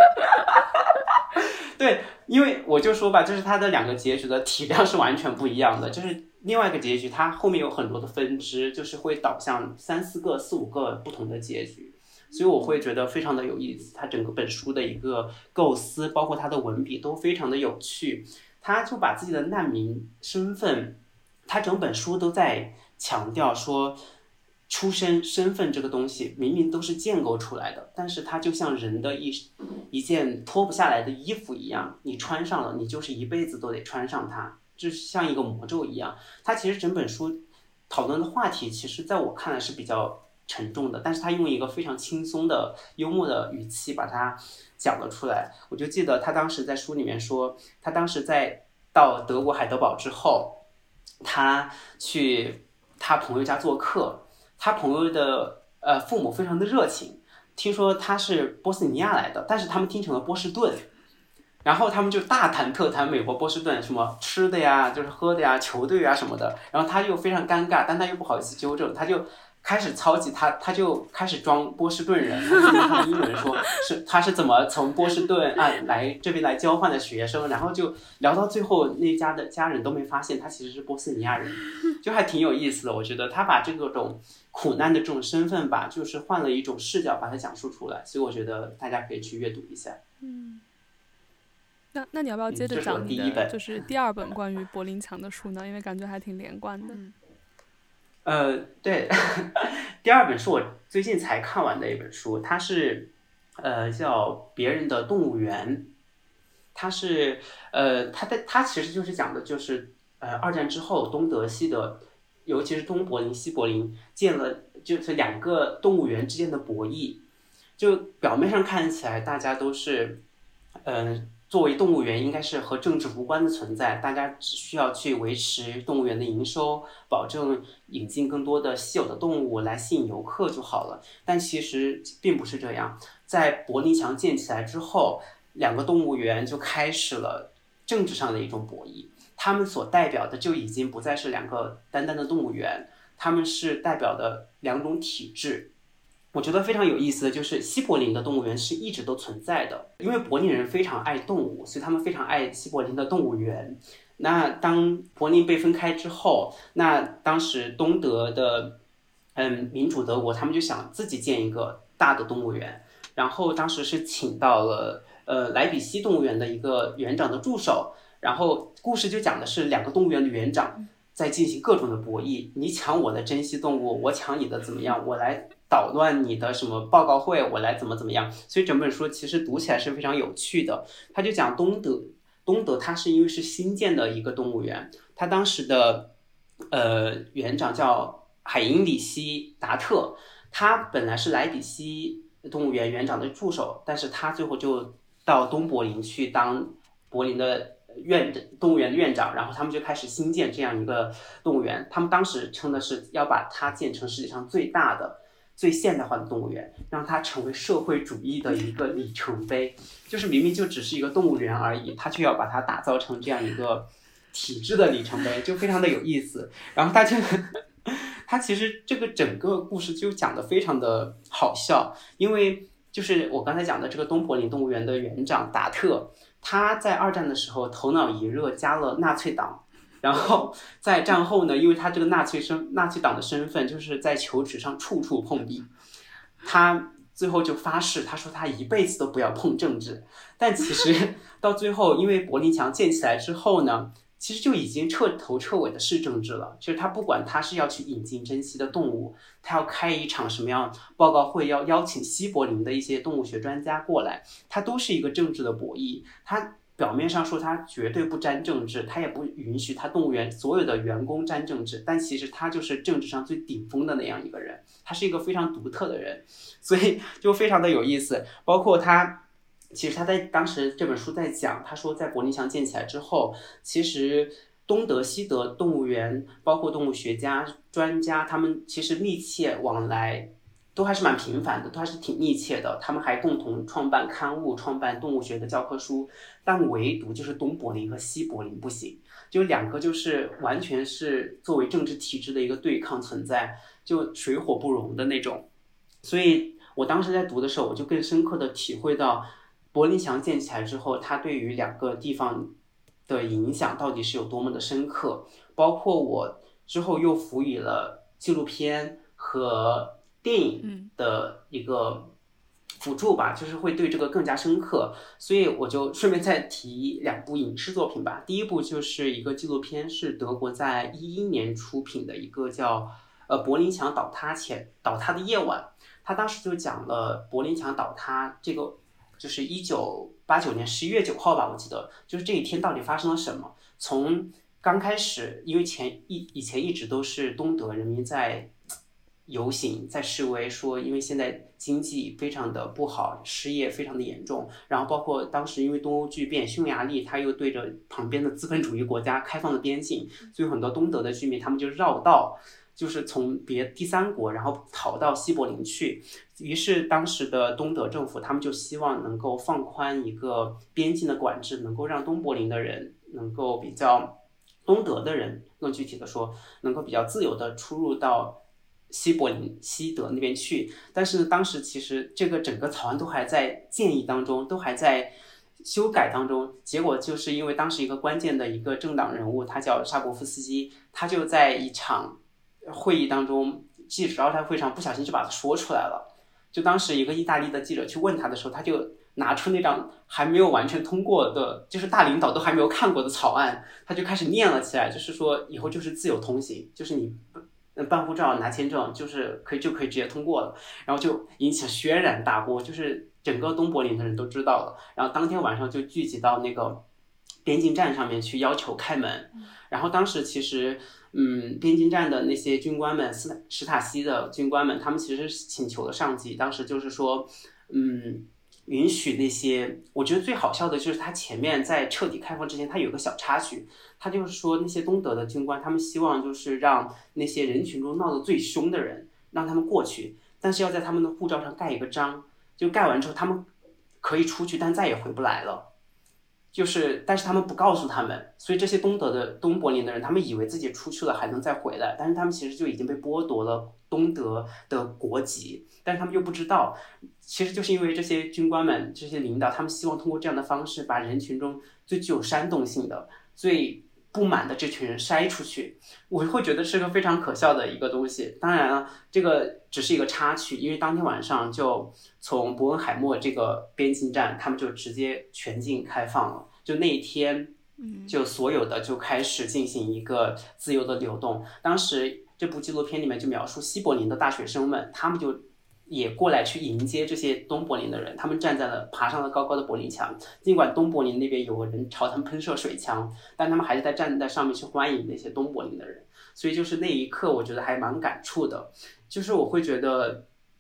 对，因为我就说吧，就是它的2个结局的体量是完全不一样的，就是另外一个结局它后面有很多的分支，就是会导向3-4个、4-5个不同的结局，所以我会觉得非常的有意思。它整个本书的一个构思，包括它的文笔都非常的有趣。他就把自己的难民身份，他整本书都在强调说出身身份这个东西明明都是建构出来的，但是它就像人的一件脱不下来的衣服一样，你穿上了你就是一辈子都得穿上它，就是像一个魔咒一样。它其实整本书讨论的话题其实在我看来是比较沉重的，但是他用一个非常轻松的幽默的语气把它讲了出来。我就记得他当时在书里面说，他当时到德国海德堡之后，他去他朋友家做客，他朋友的父母非常的热情，听说他是波斯尼亚来的，但是他们听成了波士顿，然后他们就大谈特谈美国波士顿什么吃的呀，就是喝的呀，球队啊什么的，然后他又非常尴尬，但他又不好意思纠正，他就开始操起他就开始装波士顿人，他用英文说他是怎么从波士顿来这边来交换的学生，然后就聊到最后那家的家人都没发现他其实是波斯尼亚人，就还挺有意思的。我觉得他把这种苦难的这种身份吧，就是换了一种视角把它讲述出来，所以我觉得大家可以去阅读一下。 那你要不要接着讲你的就是第2本关于柏林墙的书呢？因为感觉还挺连贯的。 对，第2本是我最近才看完的一本书，它是叫《别人的动物园》，它是它其实就是讲的就是2战之后东德西德，尤其是东柏林西柏林建了就是2个动物园之间的博弈，就表面上看起来大家都是作为动物园应该是和政治无关的存在，大家只需要去维持动物园的营收，保证引进更多的稀有的动物来吸引游客就好了。但其实并不是这样，在柏林墙建起来之后，2个动物园就开始了政治上的一种博弈，他们所代表的就已经不再是2个单单的动物园，他们是代表的2种体制。我觉得非常有意思的就是西柏林的动物园是一直都存在的，因为柏林人非常爱动物，所以他们非常爱西柏林的动物园。那当柏林被分开之后，那当时东德的民主德国他们就想自己建一个大的动物园，然后当时是请到了莱比锡动物园的一个园长的助手，然后故事就讲的是2个动物园的园长在进行各种的博弈，你抢我的珍稀动物，我抢你的怎么样，我来捣乱你的什么报告会，我来怎么样。所以整本书其实读起来是非常有趣的。他就讲东德它是因为是新建的一个动物园，他当时的园长叫海因里希达特， 他本来是莱比锡动物园园长的助手，但是他最后就到东柏林去当柏林的动物园的院长，然后他们就开始新建这样一个动物园。他们当时称的是要把它建成世界上最大的、最现代化的动物园，让它成为社会主义的一个里程碑。就是明明就只是一个动物园而已，他却要把它打造成这样一个体制的里程碑，就非常的有意思。然后他其实这个整个故事就讲得非常的好笑，因为就是我刚才讲的这个东柏林动物园的园长达特，他在二战的时候头脑一热加了纳粹党，然后在战后呢，因为他这个纳粹党的身份就是在求职上处处碰壁，他最后就发誓，他说他一辈子都不要碰政治。但其实到最后，因为柏林墙建起来之后呢，其实就已经彻头彻尾的是政治了。就是他不管他是要去引进珍稀的动物，他要开一场什么样报告会，要邀请西柏林的一些动物学专家过来，他都是一个政治的博弈。他表面上说他绝对不沾政治，他也不允许他动物园所有的员工沾政治，但其实他就是政治上最顶峰的那样一个人，他是一个非常独特的人，所以就非常的有意思。包括其实他在当时这本书在讲，他说在柏林墙建起来之后，其实东德西德动物园包括动物学家专家，他们其实密切往来都还是蛮频繁的，都还是挺密切的。他们还共同创办刊物，创办动物学的教科书，但唯独就是东柏林和西柏林不行，就两个就是完全是作为政治体制的一个对抗存在，就水火不容的那种。所以我当时在读的时候，我就更深刻的体会到柏林墙建起来之后，它对于两个地方的影响到底是有多么的深刻。包括我之后又辅以了纪录片和电影的一个辅助吧，就是会对这个更加深刻。所以我就顺便再提两部影视作品吧。第一部就是一个纪录片，是德国在2011年出品的一个叫柏林墙倒塌的夜晚。他当时就讲了柏林墙倒塌这个，就是1989年11月9号吧，我记得，就是这一天到底发生了什么。从刚开始，因为以前一直都是东德人民在游行在示威，说因为现在经济非常的不好，失业非常的严重，然后包括当时因为东欧剧变，匈牙利他又对着旁边的资本主义国家开放了边境，所以很多东德的居民他们就绕道，就是从第三国然后逃到西柏林去。于是当时的东德政府他们就希望能够放宽一个边境的管制，能够让东柏林的人能够比较，东德的人更具体的说，能够比较自由的出入到西柏林西德那边去。但是呢，当时其实这个整个草案都还在建议当中，都还在修改当中。结果就是因为当时一个关键的一个政党人物，他叫沙博夫斯基，他就在一场会议当中，记者招待会上不小心就把它说出来了。就当时一个意大利的记者去问他的时候，他就拿出那张还没有完全通过的，就是大领导都还没有看过的草案，他就开始念了起来，就是说以后就是自由通行，就是你办护照拿签证就是可以直接通过了。然后就引起了轩然大波，就是整个东柏林的人都知道了。然后当天晚上就聚集到那个边境站上面去要求开门。然后当时其实边境站的那些军官们，史塔西的军官们，他们其实请求了上级，当时就是说允许那些，我觉得最好笑的就是他前面在彻底开放之前，他有个小插曲，他就是说那些东德的军官，他们希望就是让那些人群中闹得最凶的人，让他们过去，但是要在他们的护照上盖一个章，就盖完之后他们可以出去，但再也回不来了。但是他们不告诉他们，所以这些东柏林的人，他们以为自己出去了还能再回来，但是他们其实就已经被剥夺了东德的国籍，但是他们又不知道，其实就是因为这些军官们、这些领导，他们希望通过这样的方式，把人群中最具有煽动性的、最不满的这群人筛出去。我会觉得是个非常可笑的一个东西。当然了，这个只是一个插曲，因为当天晚上就从伯恩海默这个边境站，他们就直接全境开放了。就那一天，就所有的就开始进行一个自由的流动。当时这部纪录片里面就描述西柏林的大学生们，他们就也过来去迎接这些东柏林的人，他们爬上了高高的柏林墙，尽管东柏林那边有人朝他们喷射水枪，但他们还是站在上面去欢迎那些东柏林的人。所以就是那一刻我觉得还蛮感触的，就是我会觉得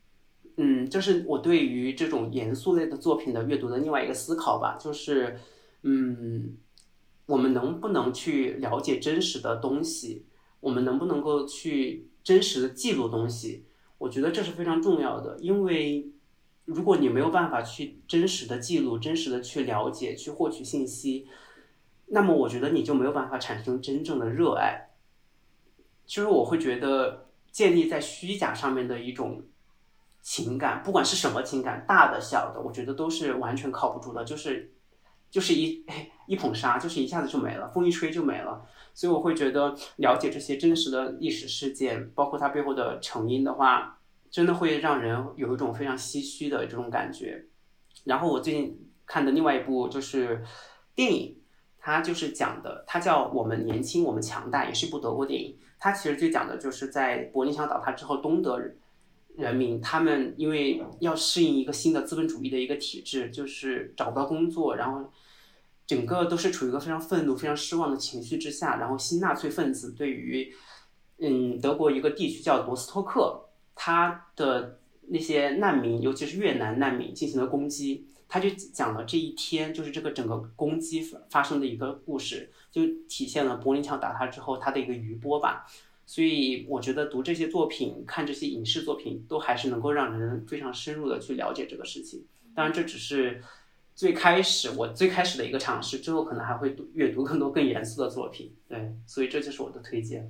这是我对于这种严肃类的作品的阅读的另外一个思考吧，就是我们能不能去了解真实的东西，我们能不能够去真实的记录东西，我觉得这是非常重要的。因为如果你没有办法去真实的记录，真实的去了解，去获取信息，那么我觉得你就没有办法产生真正的热爱。就是我会觉得建立在虚假上面的一种情感，不管是什么情感，大的小的，我觉得都是完全靠不住的，就是一捧沙，就是一下子就没了，风一吹就没了。所以我会觉得了解这些真实的历史事件，包括它背后的成因的话，真的会让人有一种非常唏嘘的这种感觉。然后我最近看的另外一部就是电影，它就是讲的，它叫《我们年轻，我们强大》，也是一部德国电影。它其实就讲的就是在柏林墙倒塌之后，东德人民他们因为要适应一个新的资本主义的一个体制，就是找不到工作，然后整个都是处于一个非常愤怒、非常失望的情绪之下。然后新纳粹分子对于德国一个地区叫罗斯托克，他的那些难民，尤其是越南难民进行了攻击。他就讲了这一天，就是这个整个攻击发生的一个故事，就体现了柏林墙倒塌之后它的一个余波吧。所以我觉得读这些作品，看这些影视作品，都还是能够让人非常深入的去了解这个事情。当然这只是我最开始的一个尝试，之后可能还会阅读更多更严肃的作品。对，所以这就是我的推荐。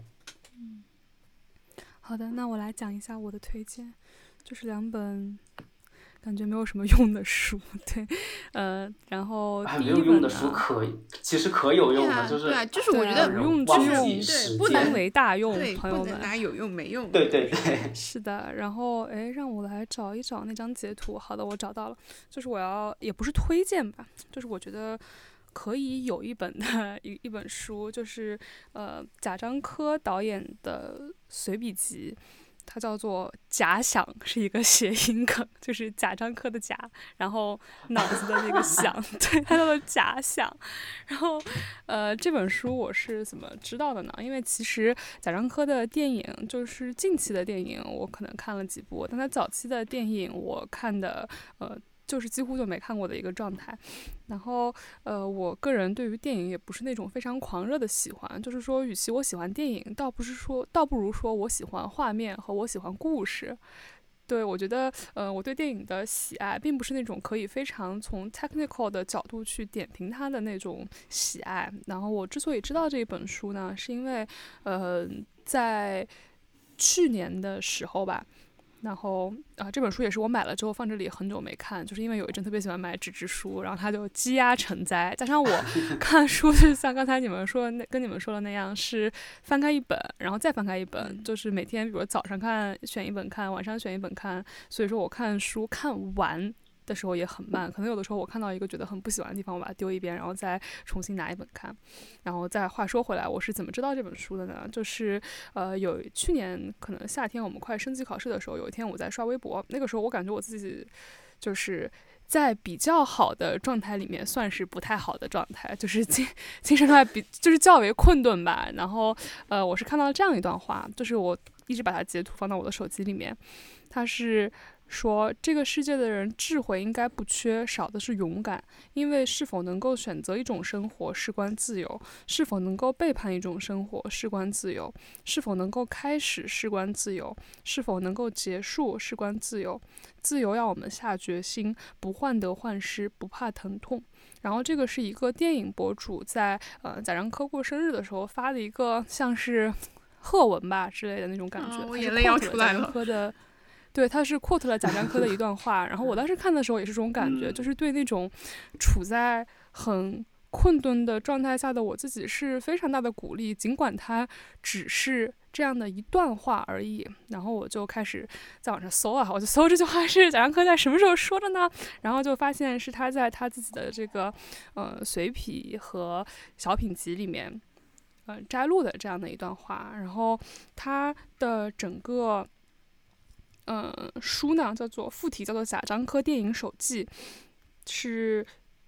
好的，那我来讲一下我的推荐，就是2本感觉没有什么用的书，对，然后第一本呢， 没有用的书其实可有用的，就是对啊，就是我觉得无用之用， 对，不能为大用， 对， 朋友们， 不能拿有用没用。 对对对， 是的。然后让我来找一找那张截图。好的，我找到了，就是也不是推荐吧，就是我觉得可以有一本的一本书，就是贾樟柯导演的随笔集。它叫做假想，是一个谐音梗，就是贾樟柯的贾，然后脑子的那个想，对，它叫做假想。然后这本书我是怎么知道的呢？因为其实贾樟柯的电影，就是近期的电影我可能看了几部，但他早期的电影我看的就是几乎就没看过的一个状态。然后我个人对于电影也不是那种非常狂热的喜欢，就是说与其我喜欢电影，倒不如说我喜欢画面和我喜欢故事。对，我觉得我对电影的喜爱并不是那种可以非常从 technical 的角度去点评它的那种喜爱。然后我之所以知道这一本书呢，是因为在去年的时候吧，然后这本书也是我买了之后放这里很久没看，就是因为有一阵特别喜欢买纸质书，然后它就积压成灾。加上我看书就是像刚才跟你们说的那样，是翻开一本，然后再翻开一本，就是每天比如早上选一本看，晚上选一本看，所以说我看书看完的时候也很慢，可能有的时候我看到一个觉得很不喜欢的地方，我把它丢一遍，然后再重新拿一本看。然后再话说回来，我是怎么知道这本书的呢？就是有去年可能夏天我们快升级考试的时候，有一天我在刷微博，那个时候我感觉我自己就是在比较好的状态里面算是不太好的状态，就是精神状态就是较为困顿吧。然后我是看到了这样一段话，就是我一直把它截图放到我的手机里面，它是说这个世界的人智慧应该不缺，少的是勇敢，因为是否能够选择一种生活事关自由，是否能够背叛一种生活事关自由，是否能够开始事关自由，是否能够结束事关自由。自由要我们下决心，不患得患失，不怕疼痛。然后这个是一个电影博主在贾樟柯过生日的时候发的一个像是贺文吧之类的那种感觉， 我眼泪要出来了。 对，他是 quote 了贾樟柯的一段话，然后我当时看的时候也是这种感觉，就是对那种处在很困顿的状态下的我自己是非常大的鼓励，尽管他只是这样的一段话而已。然后我就开始在网上搜我就搜这句话是贾樟柯在什么时候说的呢？然后就发现是他在他自己的这个随笔和小品集里面摘录的这样的一段话。然后他的整个书呢副题叫做《贾樟柯电影手记》，是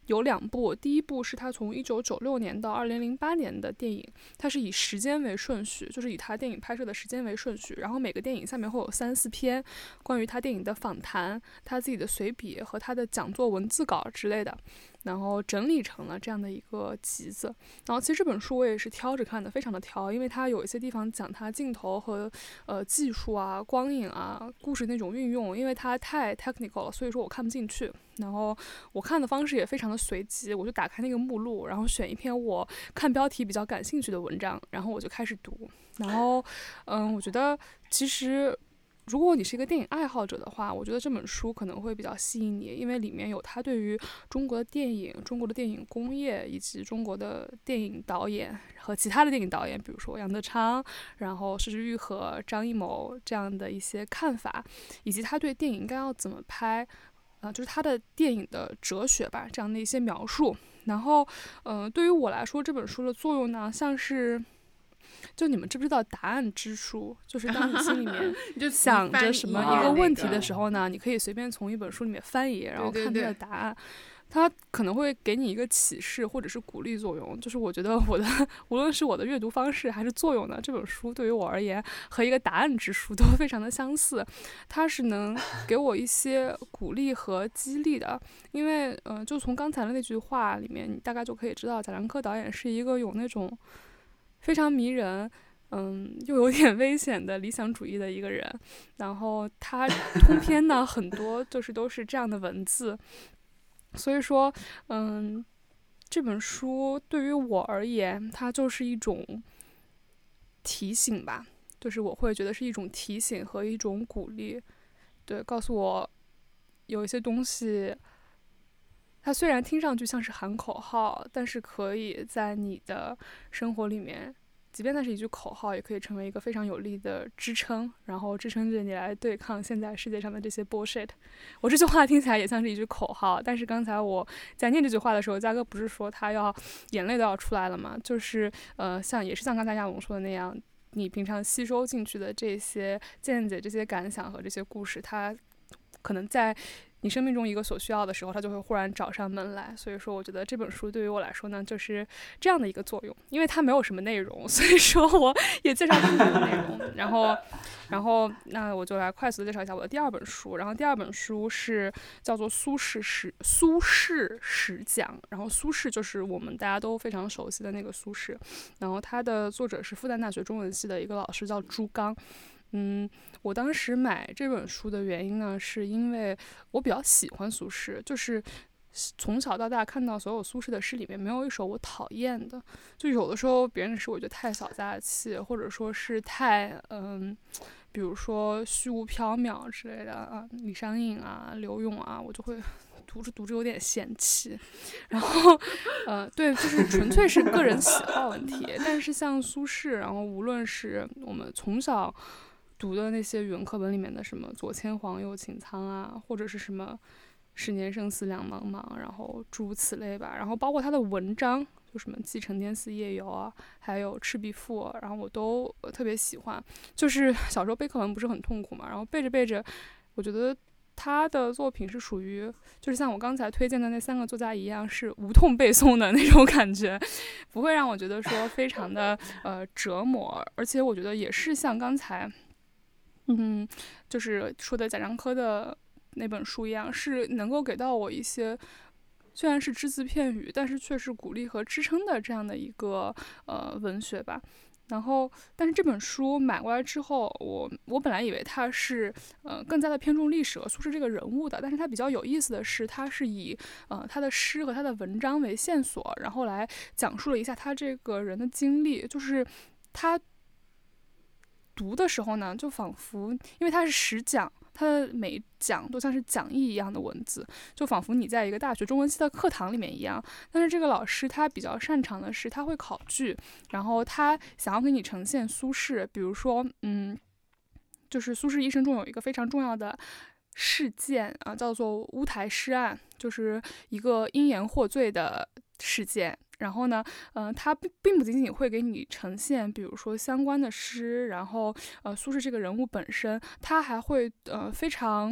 有2部，第一部是他从1996年到2008年的电影，它是以时间为顺序，就是以他电影拍摄的时间为顺序，然后每个电影下面会有3、4篇关于他电影的访谈、他自己的随笔和他的讲座文字稿之类的，然后整理成了这样的一个集子。然后其实这本书我也是挑着看的，非常的挑，因为它有一些地方讲它镜头和技术啊、光影啊、故事那种运用，因为它太 technical 了，所以说我看不进去。然后我看的方式也非常的随机，我就打开那个目录，然后选一篇我看标题比较感兴趣的文章，然后我就开始读。然后我觉得其实如果你是一个电影爱好者的话，我觉得这本书可能会比较吸引你，因为里面有他对于中国的电影、中国的电影工业以及中国的电影导演和其他的电影导演，比如说杨德昌，然后是枝裕和、张艺谋这样的一些看法，以及他对电影应该要怎么拍，就是他的电影的哲学吧，这样的一些描述。然后对于我来说，这本书的作用呢，像是就你们知不知道答案之书？就是当你心里面就想着什么一个问题的时时候呢，你可以随便从一本书里面翻一页，然后看它对的答案。它可能会给你一个启示或者是鼓励作用，就是我觉得我的无论是我的阅读方式还是作用呢，这本书对于我而言和一个答案之书都非常的相似，它是能给我一些鼓励和激励的。因为就从刚才的那句话里面，你大概就可以知道贾樟柯导演是一个有那种非常迷人又有点危险的理想主义的一个人，然后他通篇呢很多就是都是这样的文字，所以说这本书对于我而言，它就是一种提醒吧，就是我会觉得是一种提醒和一种鼓励，对，告诉我有一些东西它虽然听上去像是喊口号，但是可以在你的生活里面，即便它是一句口号，也可以成为一个非常有力的支撑，然后支撑着你来对抗现在世界上的这些 bullshit。 我这句话听起来也像是一句口号，但是刚才我在念这句话的时候，嘉哥不是说他要眼泪都要出来了吗？就是也是像刚才亚龙说的那样，你平常吸收进去的这些见解、这些感想和这些故事，它可能在你生命中一个所需要的时候，它就会忽然找上门来。所以说我觉得这本书对于我来说呢，就是这样的一个作用，因为它没有什么内容，所以说我也介绍不出内容。然后那我就来快速的介绍一下我的第2本书。然后第2本书是叫做苏轼史讲，然后苏轼就是我们大家都非常熟悉的那个苏轼，然后他的作者是复旦大学中文系的一个老师叫朱刚。我当时买这本书的原因呢，是因为我比较喜欢苏轼，就是从小到大看到所有苏轼的诗里面，没有一首我讨厌的。就有的时候别人的诗我觉得太小家气，或者说是太比如说虚无缥缈之类的啊，李商隐啊、柳永啊，我就会读着有点嫌弃。然后对，就是纯粹是个人喜好问题。但是像苏轼，然后无论是我们从小读的那些语文课本里面的什么左牵黄右擎苍啊，或者是什么10年生死两茫茫，然后诸如此类吧，然后包括他的文章，就什么寄承天寺夜游啊，还有赤壁赋，然后我都特别喜欢。就是小时候背课文不是很痛苦嘛，然后背着背着，我觉得他的作品是属于就是像我刚才推荐的那3个作家一样，是无痛背诵的那种感觉，不会让我觉得说非常的折磨。而且我觉得也是像刚才就是说的贾樟柯的那本书一样，是能够给到我一些虽然是只字片语，但是却是鼓励和支撑的这样的一个文学吧。然后但是这本书买过来之后，我本来以为它是更加的偏重历史和苏轼这个人物的，但是它比较有意思的是，它是以他的诗和他的文章为线索，然后来讲述了一下他这个人的经历。就是他读的时候呢，就仿佛因为他是实讲，他的每一讲都像是讲义一样的文字，就仿佛你在一个大学中文系的课堂里面一样。但是这个老师他比较擅长的是他会考据，然后他想要给你呈现苏轼，比如说就是苏轼一生中有一个非常重要的事件啊，叫做乌台诗案，就是一个因言获罪的事件。然后呢，它并不仅仅会给你呈现，比如说相关的诗，然后苏轼这个人物本身，他还会非常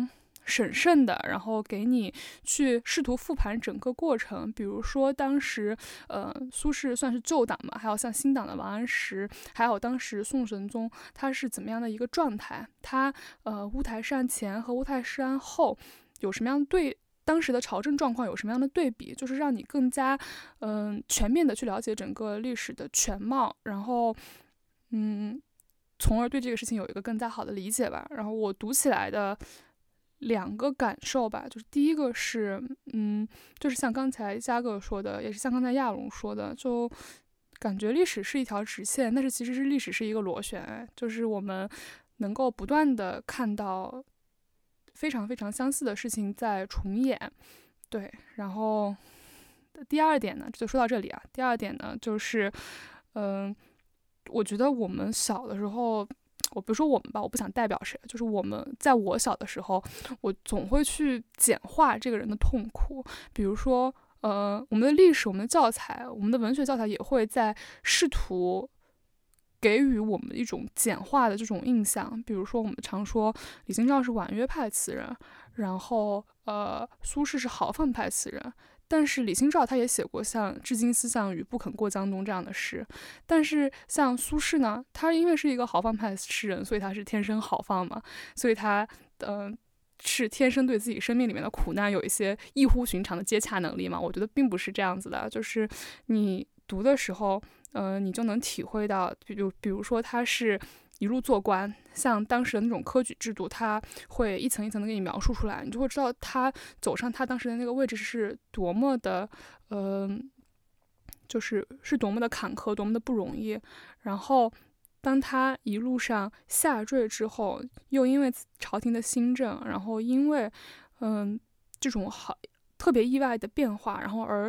审慎的，然后给你去试图复盘整个过程。比如说当时苏轼算是旧党嘛，还有像新党的王安石，还有当时宋神宗他是怎么样的一个状态，他乌台诗案前和乌台诗案后有什么样的当时的朝政状况有什么样的对比，就是让你更加全面的去了解整个历史的全貌，然后从而对这个事情有一个更加好的理解吧。然后我读起来的2个感受吧，就是第一个是就是像刚才嘉哥说的，也是像刚才亚龙说的，就感觉历史是一条直线，但是其实历史是一个螺旋，就是我们能够不断的看到非常非常相似的事情在重演。对，然后第二点呢，就说到这里啊。第二点呢，就是我觉得我们小的时候，我不是说我们吧，我不想代表谁，就是在我小的时候，我总会去简化这个人的痛苦。比如说我们的历史、我们的教材、我们的文学教材也会在试图给予我们一种简化的这种印象。比如说我们常说李清照是婉约派词人，然后苏轼是豪放派词人，但是李清照他也写过像至今思项羽，不肯过江东这样的诗。但是像苏轼呢，他因为是一个豪放派诗人，所以他是天生豪放嘛，所以他是天生对自己生命里面的苦难有一些异乎寻常的接洽能力嘛。我觉得并不是这样子的，就是你读的时候你就能体会到，比如说他是一路做官，像当时的那种科举制度，他会一层一层的给你描述出来，你就会知道他走上他当时的那个位置是多么的就是多么的坎坷，多么的不容易。然后当他一路上下坠之后，又因为朝廷的新政，然后因为这种特别意外的变化，然后而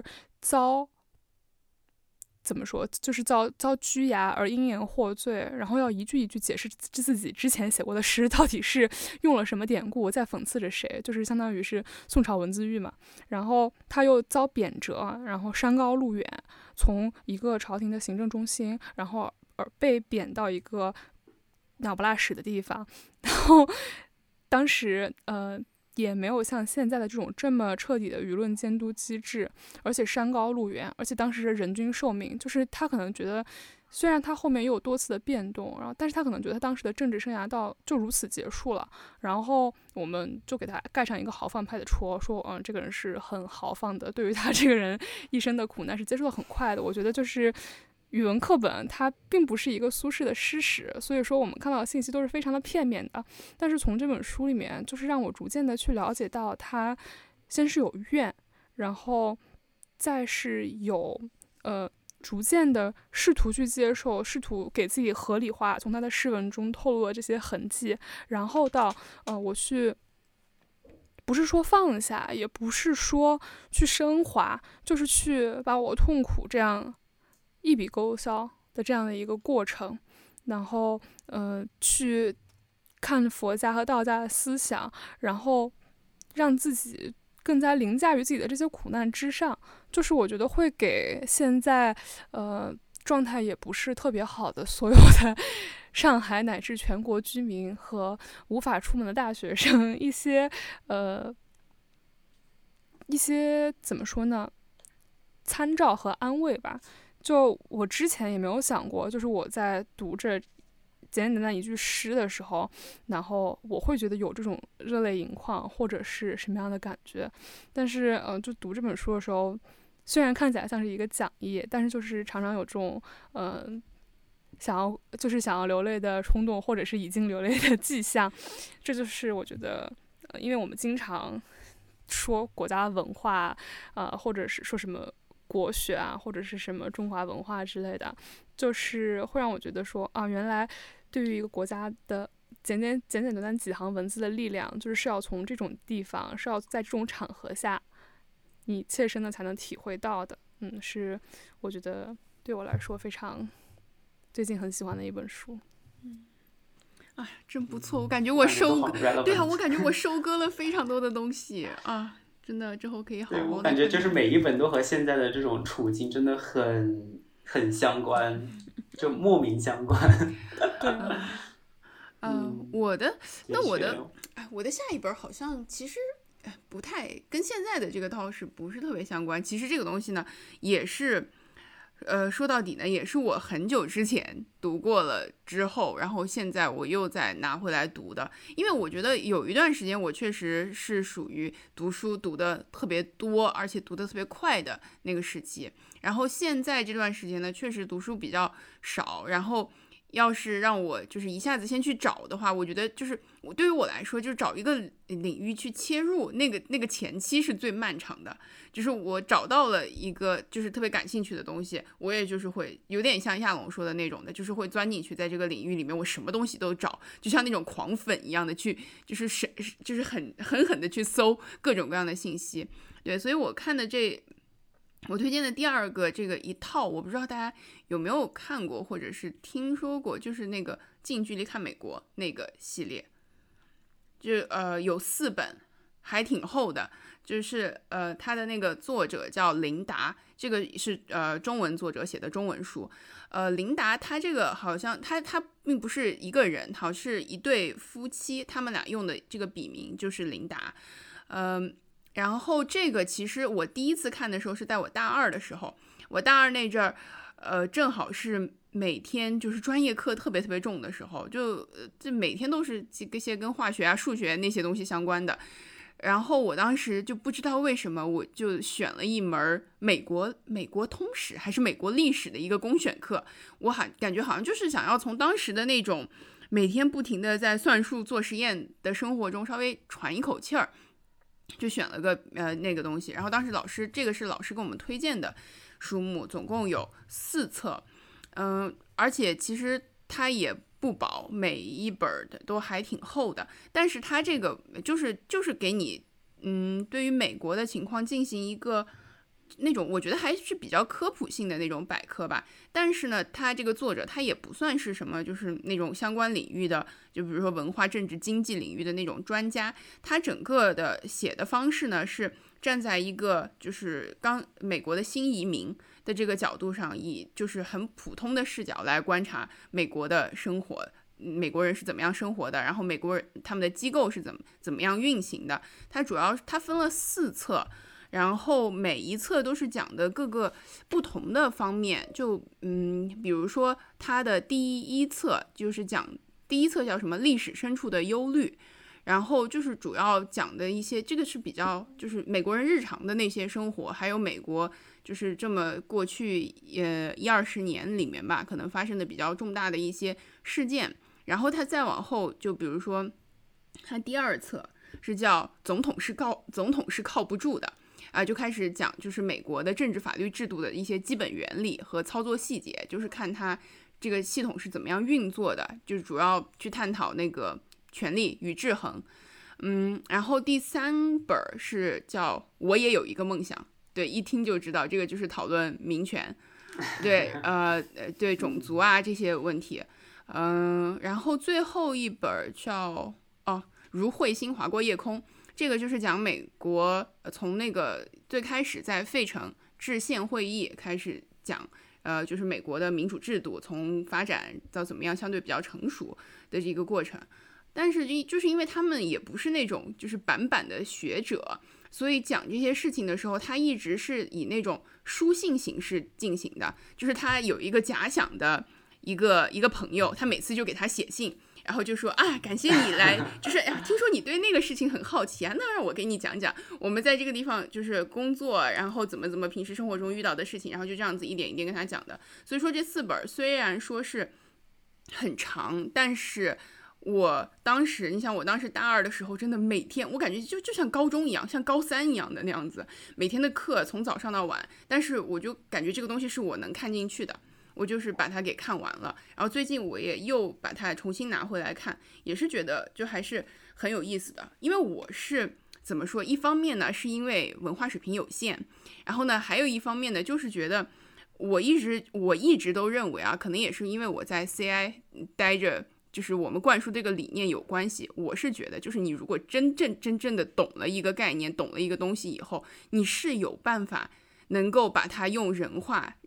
怎么说，就是遭拘押而因言获罪，然后要一句一句解释自己之前写过的诗到底是用了什么典故，在讽刺着谁，就是相当于是宋朝文字狱嘛。然后他又遭贬谪，然后山高路远，从一个朝廷的行政中心，然后而被贬到一个鸟不拉屎的地方。然后当时也没有像现在的这种这么彻底的舆论监督机制，而且山高路远，而且当时的人均寿命，就是他可能觉得，虽然他后面又有多次的变动，然后但是他可能觉得他当时的政治生涯就如此结束了。然后我们就给他盖上一个豪放派的戳，说这个人是很豪放的，对于他这个人一生的苦难是接受的很快的。我觉得就是语文课本它并不是一个苏轼的诗史，所以说我们看到的信息都是非常的片面的。但是从这本书里面，就是让我逐渐的去了解到，他先是有怨，然后再是有逐渐的试图去接受，试图给自己合理化从他的诗文中透露的这些痕迹，然后到我去不是说放下，也不是说去升华，就是去把我痛苦这样一笔勾销的这样的一个过程。然后去看佛家和道家的思想，然后让自己更加凌驾于自己的这些苦难之上。就是我觉得会给现在状态也不是特别好的所有的上海乃至全国居民和无法出门的大学生一些怎么说呢，参照和安慰吧。就我之前也没有想过，就是我在读着简简单单一句诗的时候，然后我会觉得有这种热泪盈眶或者是什么样的感觉。但是就读这本书的时候，虽然看起来像是一个讲义，但是就是常常有这种想要流泪的冲动，或者是已经流泪的迹象。这就是我觉得因为我们经常说国家文化或者是说什么国学啊，或者是什么中华文化之类的，就是会让我觉得说原来对于一个国家的简单单几行文字的力量，就是要从这种地方，是要在这种场合下你切身的才能体会到的。是我觉得对我来说非常最近很喜欢的一本书。 哎，真不错，我感觉我对啊，我感觉我收割了非常多的东西啊，真的之后可以好好的。 对，我感觉就是每一本都和现在的这种处境真的很相关，就莫名相关。 对我的的我的下一本好像其实不太跟现在的这个倒是不是特别相关。其实这个东西呢，也是说到底呢，也是我很久之前读过了之后，然后现在我又再拿回来读的。因为我觉得有一段时间我确实是属于读书读的特别多，而且读的特别快的那个时期。然后现在这段时间呢，确实读书比较少，然后要是让我就是一下子先去找的话，我觉得就是对于我来说，就是找一个领域去切入，那个前期是最漫长的。就是我找到了一个就是特别感兴趣的东西，我也就是会有点像亚龙说的那种的，就是会钻进去，在这个领域里面，我什么东西都找，就像那种狂粉一样的去，就是很狠狠的去搜各种各样的信息。对，所以我推荐的第二个这个一套，我不知道大家有没有看过或者是听说过，就是那个近距离看美国那个系列，就有4本，还挺厚的。就是他的那个作者叫琳达，这个是中文作者写的中文书。琳达他这个好像他并不是一个人，好像是一对夫妻，他们俩用的这个笔名就是琳达。然后这个其实我第一次看的时候是在我大2的时候，我大2那阵儿，正好是每天就是专业课特别特别重的时候，就每天都是这些跟化学啊、数学那些东西相关的。然后我当时就不知道为什么，我就选了一门美国通史还是美国历史的一个公选课，我感觉好像就是想要从当时的那种每天不停的在算数做实验的生活中稍微喘一口气儿，就选了个那个东西。然后当时这个是老师给我们推荐的书目，总共有4册，而且其实它也不薄，每一本的都还挺厚的。但是它这个就是给你对于美国的情况进行一个那种我觉得还是比较科普性的那种百科吧。但是呢，他这个作者他也不算是什么就是那种相关领域的，就比如说文化、政治、经济领域的那种专家。他整个的写的方式呢，是站在一个就是美国的新移民的这个角度上，以就是很普通的视角来观察美国的生活，美国人是怎么样生活的，然后美国人他们的机构是怎么样运行的。它分了4册，然后每一册都是讲的各个不同的方面。就比如说它的第一册就是讲第一册叫什么历史深处的忧虑，然后就是主要讲的一些，这个是比较就是美国人日常的那些生活，还有美国就是这么过去10-20年里面吧，可能发生的比较重大的一些事件。然后他再往后，就比如说他第2册是叫总统是靠不住的就开始讲就是美国的政治法律制度的一些基本原理和操作细节，就是看他这个系统是怎么样运作的，就是主要去探讨那个权力与制衡。然后第3本是叫我也有一个梦想，对，一听就知道这个就是讨论民权，对对种族啊这些问题。然后最后一本叫如彗星划过夜空，这个就是讲美国从那个最开始在费城制宪会议开始讲就是美国的民主制度从发展到怎么样相对比较成熟的这个过程。但是就是因为他们也不是那种就是板的学者，所以讲这些事情的时候，他一直是以那种书信形式进行的。就是他有一个假想的一个朋友，他每次就给他写信，然后就说感谢你来，就是听说你对那个事情很好奇那让我给你讲讲我们在这个地方就是工作，然后怎么平时生活中遇到的事情，然后就这样子一点一点跟他讲的。所以说这4本虽然说是很长，但是你想我当时大2的时候，真的每天我感觉就像高中一样，像高3一样的那样子，每天的课从早上到晚，但是我就感觉这个东西是我能看进去的，我就是把它给看完了。然后最近我也又把它重新拿回来看，也是觉得就还是很有意思的。因为我是怎么说，一方面呢是因为文化水平有限，然后呢还有一方面呢就是觉得我一直都认为可能也是因为我在 CI 待着，就是我们灌输这个理念有关系。我是觉得就是你如果真正的懂了一个概念，懂了一个东西以后，你是有办法能够把它用人话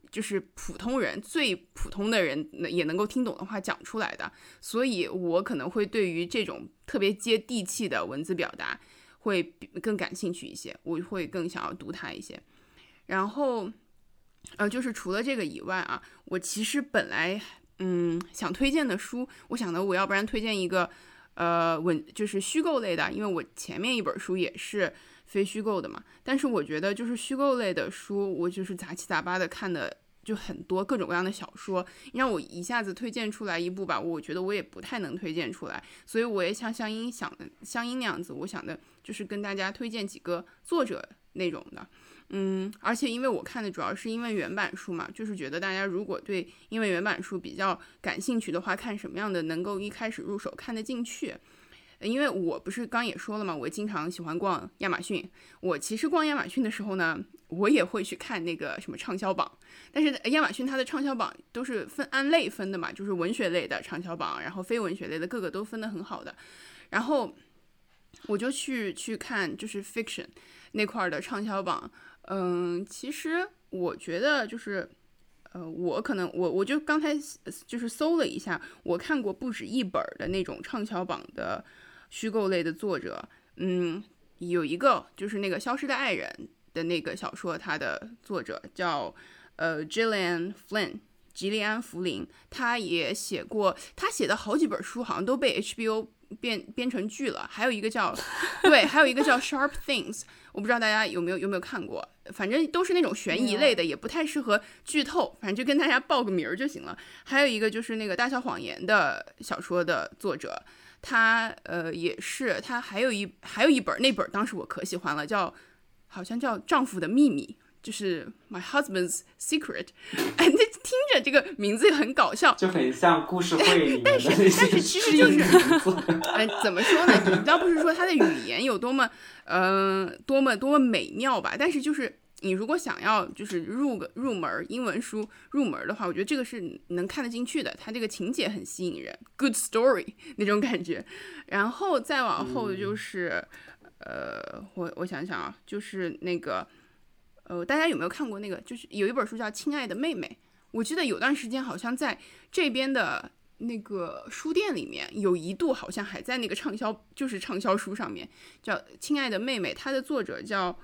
就是普通人最普通的人也能够听懂的话讲出来的，所以我可能会对于这种特别接地气的文字表达会更感兴趣一些，我会更想要读它一些。然后就是除了这个以外啊，我其实本来想推荐的书，我想的我要不然推荐一个就是虚构类的，因为我前面一本书也是非虚构的嘛，但是我觉得就是虚构类的书，我就是杂七杂八的看的就很多各种各样的小说，让我一下子推荐出来一部吧，我觉得我也不太能推荐出来，所以我也像香音那样子，我想的就是跟大家推荐几个作者那种的。而且因为我看的主要是英文原版书嘛，就是觉得大家如果对英文原版书比较感兴趣的话，看什么样的能够一开始入手看得进去。因为我不是刚也说了嘛，我经常喜欢逛亚马逊。我其实逛亚马逊的时候呢，我也会去看那个什么畅销榜，但是亚马逊它的畅销榜都是按类分的嘛，就是文学类的畅销榜，然后非文学类的各个都分得很好的。然后我就去看就是 fiction 那块的畅销榜。其实我觉得就是我就刚才就是搜了一下，我看过不止一本的那种畅销榜的虚构类的作者。有一个就是那个消失的爱人的那个小说，它的作者叫Gillian Flynn 吉利安·弗林，他也写过，他写的好几本书好像都被 HBO 编成剧了，还有一个叫Sharp Things， 我不知道大家有没有看过，反正都是那种悬疑类的，也不太适合剧透，反正就跟大家报个名就行了。还有一个就是那个大小谎言的小说的作者，他也是，他还有一本，那本当时我可喜欢了，好像叫丈夫的秘密，就是 My Husband's Secret。 那听着这个名字很搞笑， 就很像故事会里面的那些但是其实就是怎么说呢，你倒不是说他的语言有多么多么美妙吧，但是就是你如果想要就是入门英文书入门的话，我觉得这个是能看得进去的，它这个情节很吸引人， good story 那种感觉。然后再往后就是我想想啊，就是那个大家有没有看过那个，就是有一本书叫《亲爱的妹妹》，我记得有段时间好像在这边的那个书店里面有一度好像还在那个畅销书上面，叫《亲爱的妹妹》，它的作者叫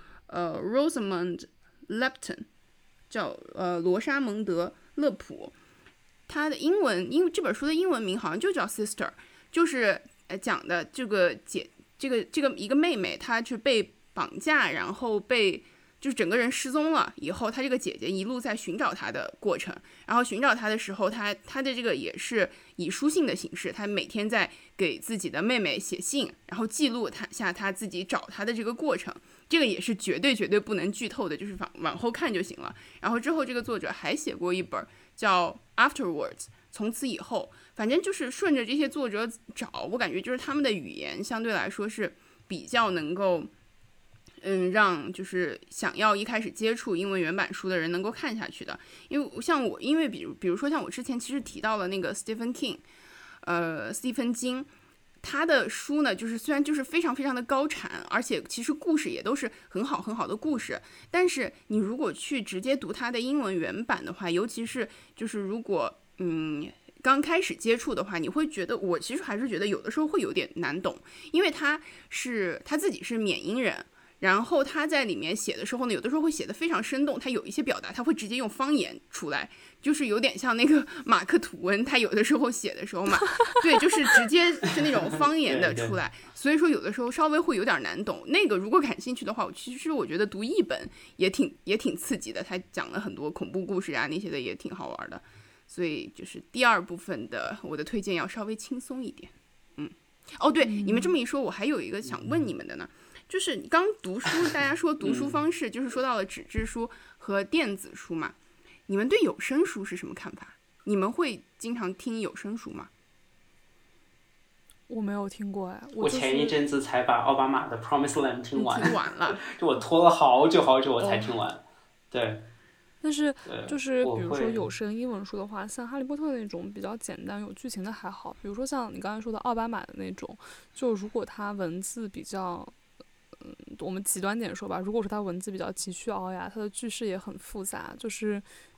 Rosamund Lepton， 叫罗莎蒙德勒普。它的因为这本书的英文名好像就叫 Sister， 就是讲的这个一个妹妹，她是被绑架，然后就是整个人失踪了以后，她这个姐姐一路在寻找她的过程，然后寻找她的时候，她的这个也是以书信的形式，她每天在给自己的妹妹写信，然后记录她自己找她的这个过程，这个也是绝对不能剧透的，就是往后看就行了。然后之后这个作者还写过一本叫 Afterwards， 从此以后，反正就是顺着这些作者找，我感觉就是他们的语言相对来说是比较能够让就是想要一开始接触英文原版书的人能够看下去的。因为比如说像我之前其实提到了那个 Stephen King， 斯蒂芬金，他的书呢就是虽然就是非常非常的高产，而且其实故事也都是很好的故事，但是你如果去直接读他的英文原版的话，尤其是就是如果刚开始接触的话，你会觉得，我其实还是觉得有的时候会有点难懂，因为他自己是缅因人，然后他在里面写的时候呢，有的时候会写得非常生动，他有一些表达他会直接用方言出来，就是有点像那个马克吐温，他有的时候写的时候嘛，对，就是直接是那种方言的出来，所以说有的时候稍微会有点难懂。那个如果感兴趣的话，其实我觉得读译本也挺刺激的，他讲了很多恐怖故事啊那些的，也挺好玩的。所以就是第二部分的我的推荐要稍微轻松一点。哦对，你们这么一说，我还有一个想问你们的呢，就是刚读书，大家说读书方式就是说到了纸质书和电子书嘛，你们对有声书是什么看法？你们会经常听有声书吗？ 我没有听过哎， 我前一阵子才把奥巴马的 Promised Land 听完了， 就我拖了好久我才听完。对， 但是就是比如说有声英文书的话，像哈利波特那种比较简单有剧情的还好，比如说像你刚才说的奥巴马的那种，就如果它文字比较我们极端点说吧，如果说它文字比较急需熬牙，它的句式也很复杂，就是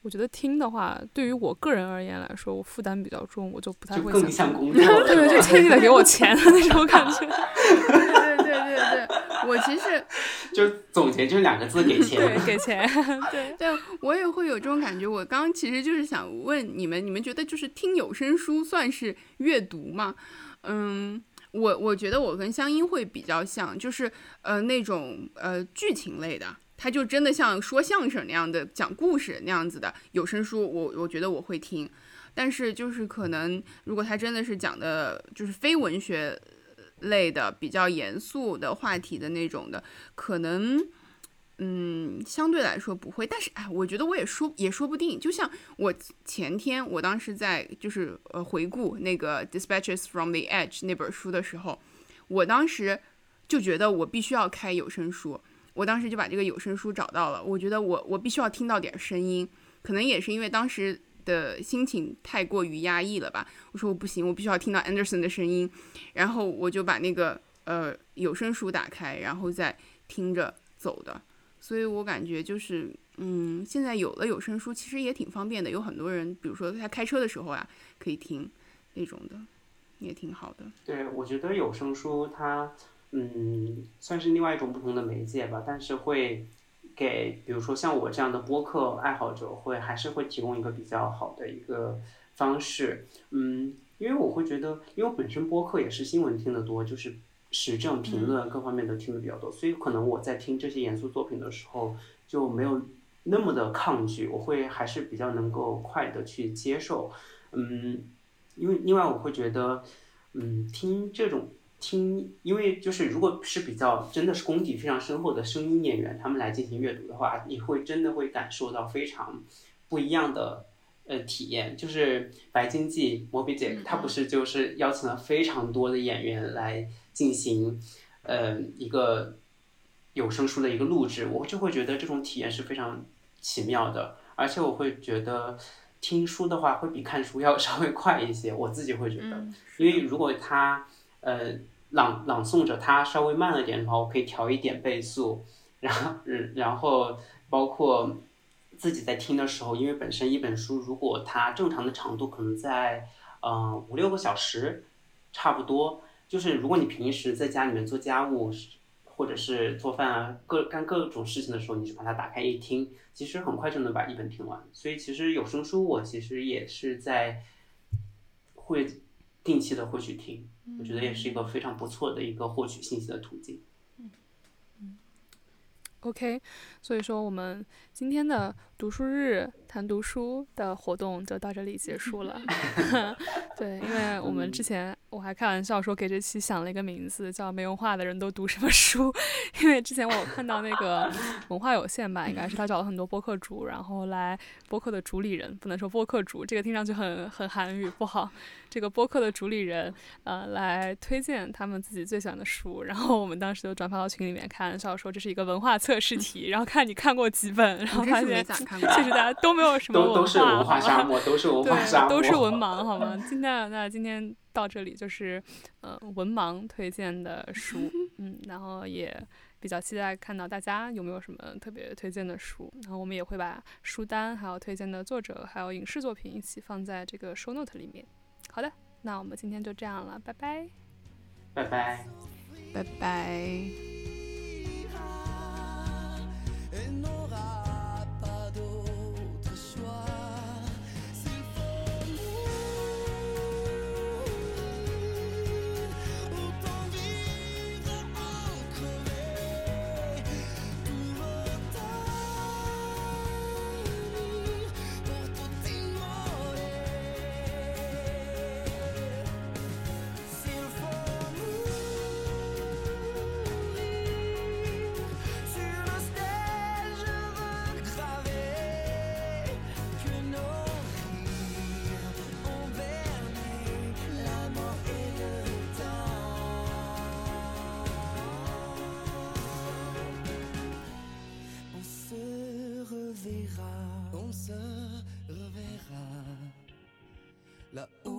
我觉得听的话，对于我个人而言来说，我负担比较重，我就不太会就更像工作了。 对，就轻易的给我钱的那种感觉。 对，我其实就总结就2个字，给钱。 对，给钱。 对，我也会有这种感觉。我刚其实就是想问你们觉得就是听有声书算是阅读吗？我觉得我跟香音会比较像，就是那种剧情类的。它就真的像说相声那样的讲故事那样子的有声书，我觉得我会听。但是就是可能如果它真的是讲的就是非文学类的比较严肃的话题的那种的，可能相对来说不会。但是我觉得我也说不定。就像我前天我当时在就是回顾那个 Dispatches from the Edge 那本书的时候，我当时就觉得我必须要开有声书。我当时就把这个有声书找到了，我觉得我必须要听到点声音，可能也是因为当时的心情太过于压抑了吧。我说我不行，我必须要听到 Anderson 的声音，然后我就把那个有声书打开，然后再听着走的。所以我感觉就是现在有了有声书其实也挺方便的，有很多人比如说他开车的时候啊可以听那种的，也挺好的。 对，我觉得有声书它算是另外一种不同的媒介吧，但是会给比如说像我这样的播客爱好者还是会提供一个比较好的一个方式。因为我会觉得，因为我本身播客也是新闻听得多，就是时政评论各方面都听得比较多，所以可能我在听这些严肃作品的时候就没有那么的抗拒，我会还是比较能够快的去接受。因为另外我会觉得因为就是如果是比较真的是功底非常深厚的声音演员，他们来进行阅读的话，你会真的会感受到非常不一样的体验。就是白鲸记 Moby Dick 他不是就是邀请了非常多的演员来进行一个有声书的一个录制，我就会觉得这种体验是非常奇妙的。而且我会觉得听书的话会比看书要稍微快一些，我自己会觉得，因为如果他朗诵着它稍微慢了点的话，我可以调一点倍速，然后包括自己在听的时候，因为本身一本书如果它正常的长度可能在5-6个小时差不多，就是如果你平时在家里面做家务或者是做饭啊干各种事情的时候，你就把它打开一听，其实很快就能把一本听完。所以其实有声书我其实也是会定期的会去听，我觉得也是一个非常不错的一个获取信息的途径。 OK， 所以说我们今天的读书日谈读书的活动就到这里结束了。对，因为我们之前我还开玩笑说给这期想了一个名字叫没文化的人都读什么书，因为之前我有看到那个文化有限吧，应该是他找了很多播客主，然后来播客的主理人，不能说播客主，这个听上去很韩语不好，这个播客的主理人来推荐他们自己最喜欢的书，然后我们当时就转发到群里面开玩笑说这是一个文化测试题，然后看你看过几本，然后发现确实大家都没有什么文化， 都是文化沙漠，都是文化沙漠， 都是文盲好吗？今天到这里就是文盲推荐的书，然后也比较期待看到大家有没有什么特别推荐的书，然后我们也会把书单还有推荐的作者还有影视作品一起放在这个 show note 里面。好的，那我们今天就这样了，拜拜， 拜拜， 拜拜。 On se reverra là-haut.